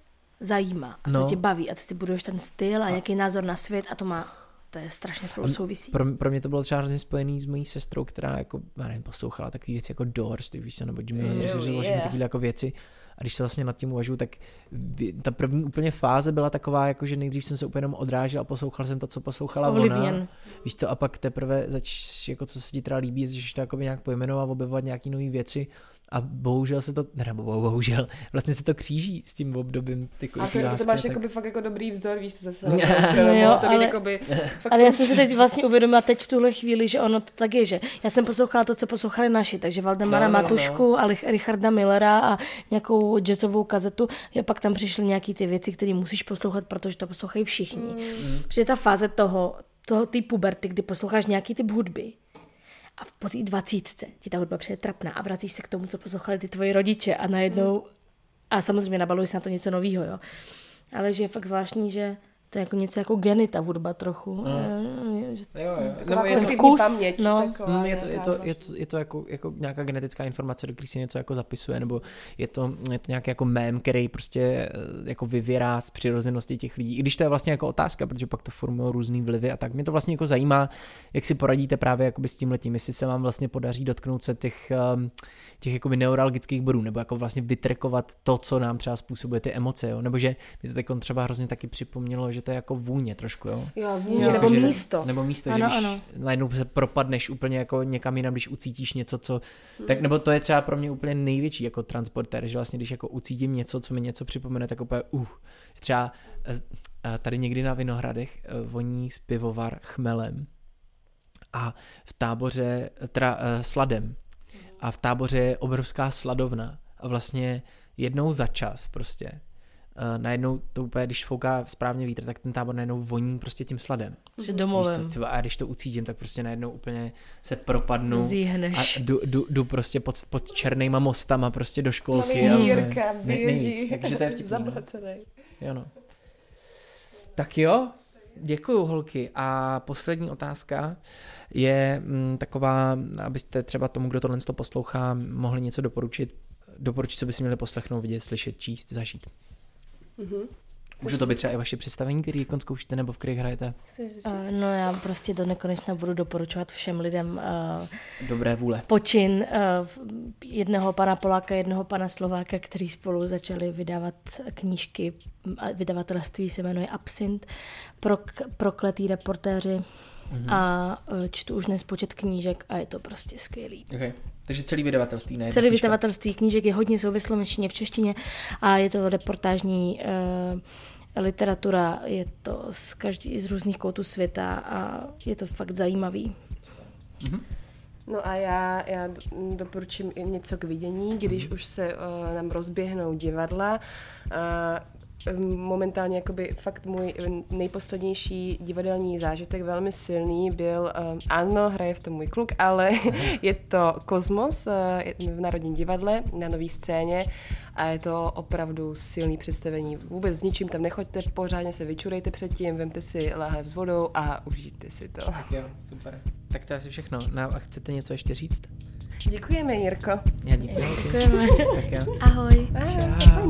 zajímá a co no. tě baví a ty si buduješ ten styl a jaký názor na svět a to má, to je strašně spolu souvisí. Pro, pro mě to bylo třeba hrozně spojený s mojí sestrou, která jako, já nevím, poslouchala takové věci jako Doors, ty víš co, nebo Jimi Hendrix, yeah. takové jako věci. A když se vlastně nad tím uvažuji, tak ta první úplně fáze byla taková, jako že nejdřív jsem se úplně jenom odrážel a poslouchal jsem to, co poslouchala Oblivion. Ona. Víš to, a pak teprve zač, jako co se ti teda líbí, že to jako nějak pojmenovat, objevovat nějaký nové věci. A bohužel se to, nebo bohužel, vlastně se to kříží s tím obdobím ty A to, lásky, to máš tak... jakoby fakt jako dobrý vzor, víš, co zase. No jo, ale, jakoby, ale já jsem si teď vlastně uvědomila teď v tuhle chvíli, že ono to tak je, že já jsem poslouchala to, co poslouchali naši, takže Valdemara no, no, Matušku no. a Richarda Millera a nějakou jazzovou kazetu a pak tam přišly nějaký ty věci, které musíš poslouchat, protože to poslouchají všichni. Mm. Přijde ta fáze toho, toho ty puberty, kdy posloucháš nějaký typ hudby, a po té dvacítce ti ta hudba přijde trapná a vracíš se k tomu, co poslouchali ty tvoji rodiče a najednou, a samozřejmě nabaluješ na to něco novýho, jo. Ale že je fakt zvláštní, že to je jako něco jako geny, ta hudba trochu. Mm. Je, že... Jo, jo. Nebo je to vkus, paměť, no. Mm, je to, je to, je to, je to jako, jako nějaká genetická informace, do které si něco jako zapisuje, nebo je to, je to nějaký jako mém, který prostě jako vyvěrá z přirozenosti těch lidí. I když to je vlastně jako otázka, protože pak to formují různý vlivy a tak. Mě to vlastně jako zajímá, jak si poradíte právě jakoby s tímhletím, jestli se vám vlastně podaří dotknout se těch, těch jakoby neuralgických bodů, nebo jako vlastně vytrekovat to, co nám třeba způsobuje ty emoce, jo? Nebo že mi to teď třeba hrozně taky připomnělo, že to je jako vůně trošku, jo? Jo, vůně, jo, nebo že, místo. Nebo místo, ano, že když ano. najednou se propadneš úplně jako někam jinam, když ucítíš něco, co... Tak, nebo to je třeba pro mě úplně největší jako transportér, že vlastně když jako ucítím něco, co mi něco připomene, tak úplně uh. Třeba tady někdy na Vinohradech voní z pivovar chmelem a v Táboře, teda sladem. A v Táboře je obrovská sladovna a vlastně jednou za čas prostě Uh, najednou to úplně, když fouká správně vítr, tak ten Tábor najednou voní prostě tím sladem. Že domovem. Co, a když to ucítím, tak prostě najednou úplně se propadnu Zíhneš. a jdu, jdu, jdu prostě pod, pod černýma mostama prostě do školky. Máme Jirka, běží. Takže to je vtipný. Zablacenej. Jo no. Tak jo, děkuju holky. A poslední otázka je m, taková, abyste třeba tomu, kdo tohle poslouchá, mohli něco doporučit. Doporučit, co by si měli poslechnout, vidět, slyšet, číst, zažít. Mm-hmm. Může to být třeba i vaše představení, který zkoušíte nebo v kterých hrajete? Uh, no já prostě do nekonečna budu doporučovat všem lidem uh, dobré vůle. Počin uh, jednoho pana Poláka, jednoho pana Slováka, který spolu začali vydávat knížky. Vydavatelství se jmenuje Absint, Prok, Prokletý reportéři. Mm-hmm. A uh, čtu už nespočet knížek a je to prostě skvělý. Okay. Takže celý vydavatelství, ne? Celý vydavatelství knížek je hodně souvislomečně v češtině a je to reportážní uh, literatura, je to z, každý, z různých koutů světa a je to fakt zajímavý. Mm-hmm. No a já, já doporučím něco k vidění, když už se uh, nám rozběhnou divadla. Uh, momentálně jakoby fakt můj nejposlednější divadelní zážitek velmi silný byl, uh, ano, hraje v tom můj kluk, ale je to Kosmos uh, v Národním divadle na Nový scéně a je to opravdu silný představení. Vůbec s ničím tam nechoďte, pořádně se vyčurejte předtím, vemte si láhev s vodou a užijte si to. Tak jo, super. Tak to je asi všechno. No, a chcete něco ještě říct? Děkujeme, Jirko. Já děkuji. Děkujeme. Tak jo. Ahoj. Čau.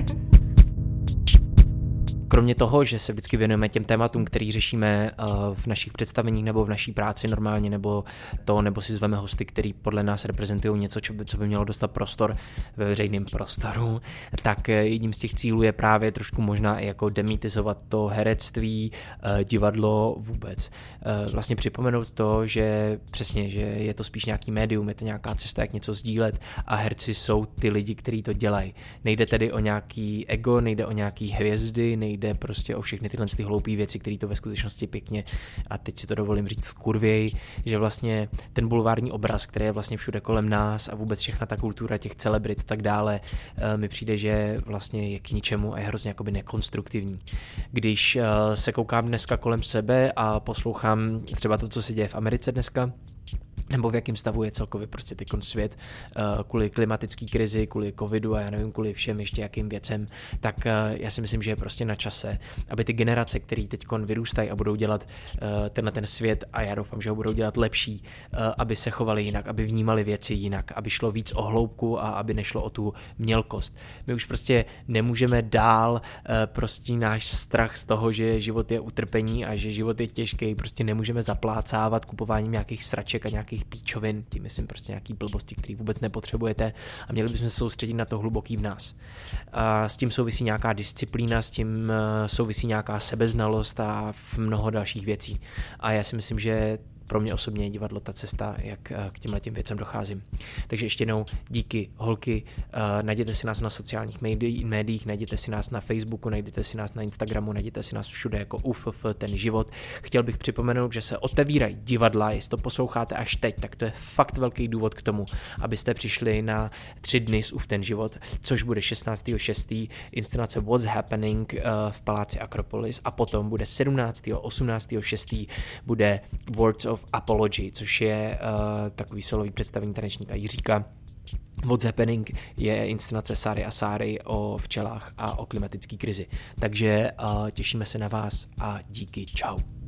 Kromě toho, že se vždycky věnujeme těm tématům, který řešíme v našich představeních nebo v naší práci normálně, nebo to, nebo si zveme hosty, který podle nás reprezentují něco, co by, co by mělo dostat prostor ve veřejném prostoru, tak jedním z těch cílů je právě trošku možná i jako demytizovat to herectví, divadlo vůbec. Vlastně připomenout to, že přesně, že je to spíš nějaký médium, je to nějaká cesta, jak něco sdílet a herci jsou ty lidi, kteří to dělají. Nejde tedy o nějaký ego, nejde o nějaký hvězdy, nejde jde prostě o všechny tyhle ty hloupé věci, které to ve skutečnosti pěkně, a teď si to dovolím říct skurvěj, že vlastně ten bulvární obraz, který je vlastně všude kolem nás a vůbec všechna ta kultura těch celebrit a tak dále, mi přijde, že vlastně je k ničemu a je hrozně jakoby nekonstruktivní. Když se koukám dneska kolem sebe a poslouchám třeba to, co se děje v Americe dneska, nebo v jakém stavu je celkově prostě teď svět kvůli klimatické krizi, kvůli covidu a já nevím, kvůli všem ještě jakým věcem, tak já si myslím, že je prostě na čase, aby ty generace, které teď vyrůstají a budou dělat tenhle ten svět, a já doufám, že ho budou dělat lepší, aby se chovali jinak, aby vnímali věci jinak, aby šlo víc o hloubku a aby nešlo o tu mělkost. My už prostě nemůžeme dál prostě náš strach z toho, že život je utrpení a že život je těžký, prostě nemůžeme zaplácávat kupováním nějakých sraček a nějakých píčovin, tím myslím prostě nějaký blbosti, který vůbec nepotřebujete, a měli bychom se soustředit na to hluboký v nás. A s tím souvisí nějaká disciplína, s tím souvisí nějaká sebeznalost a mnoho dalších věcí. A já si myslím, že pro mě osobně je divadlo ta cesta, jak k těmhle těm věcem docházím. Takže ještě jednou díky holky, najděte si nás na sociálních médiích, najděte si nás na Facebooku, najděte si nás na Instagramu, najděte si nás všude jako U F F ten život. Chtěl bych připomenout, že se otevírají divadla, jestli to posloucháte až teď, tak to je fakt velký důvod k tomu, abyste přišli na tři dny z U F ten život, což bude šestnáctého šestého inscenace What's Happening v Paláci Akropolis, a potom bude sedmnáctého osmnáctého šestého bude Words of Apology, což je uh, takový solový představení tanečníka Jiříka. What's Happening je inscenace Sáry a Sáry o včelách a o klimatické krizi. Takže uh, těšíme se na vás a díky, čau.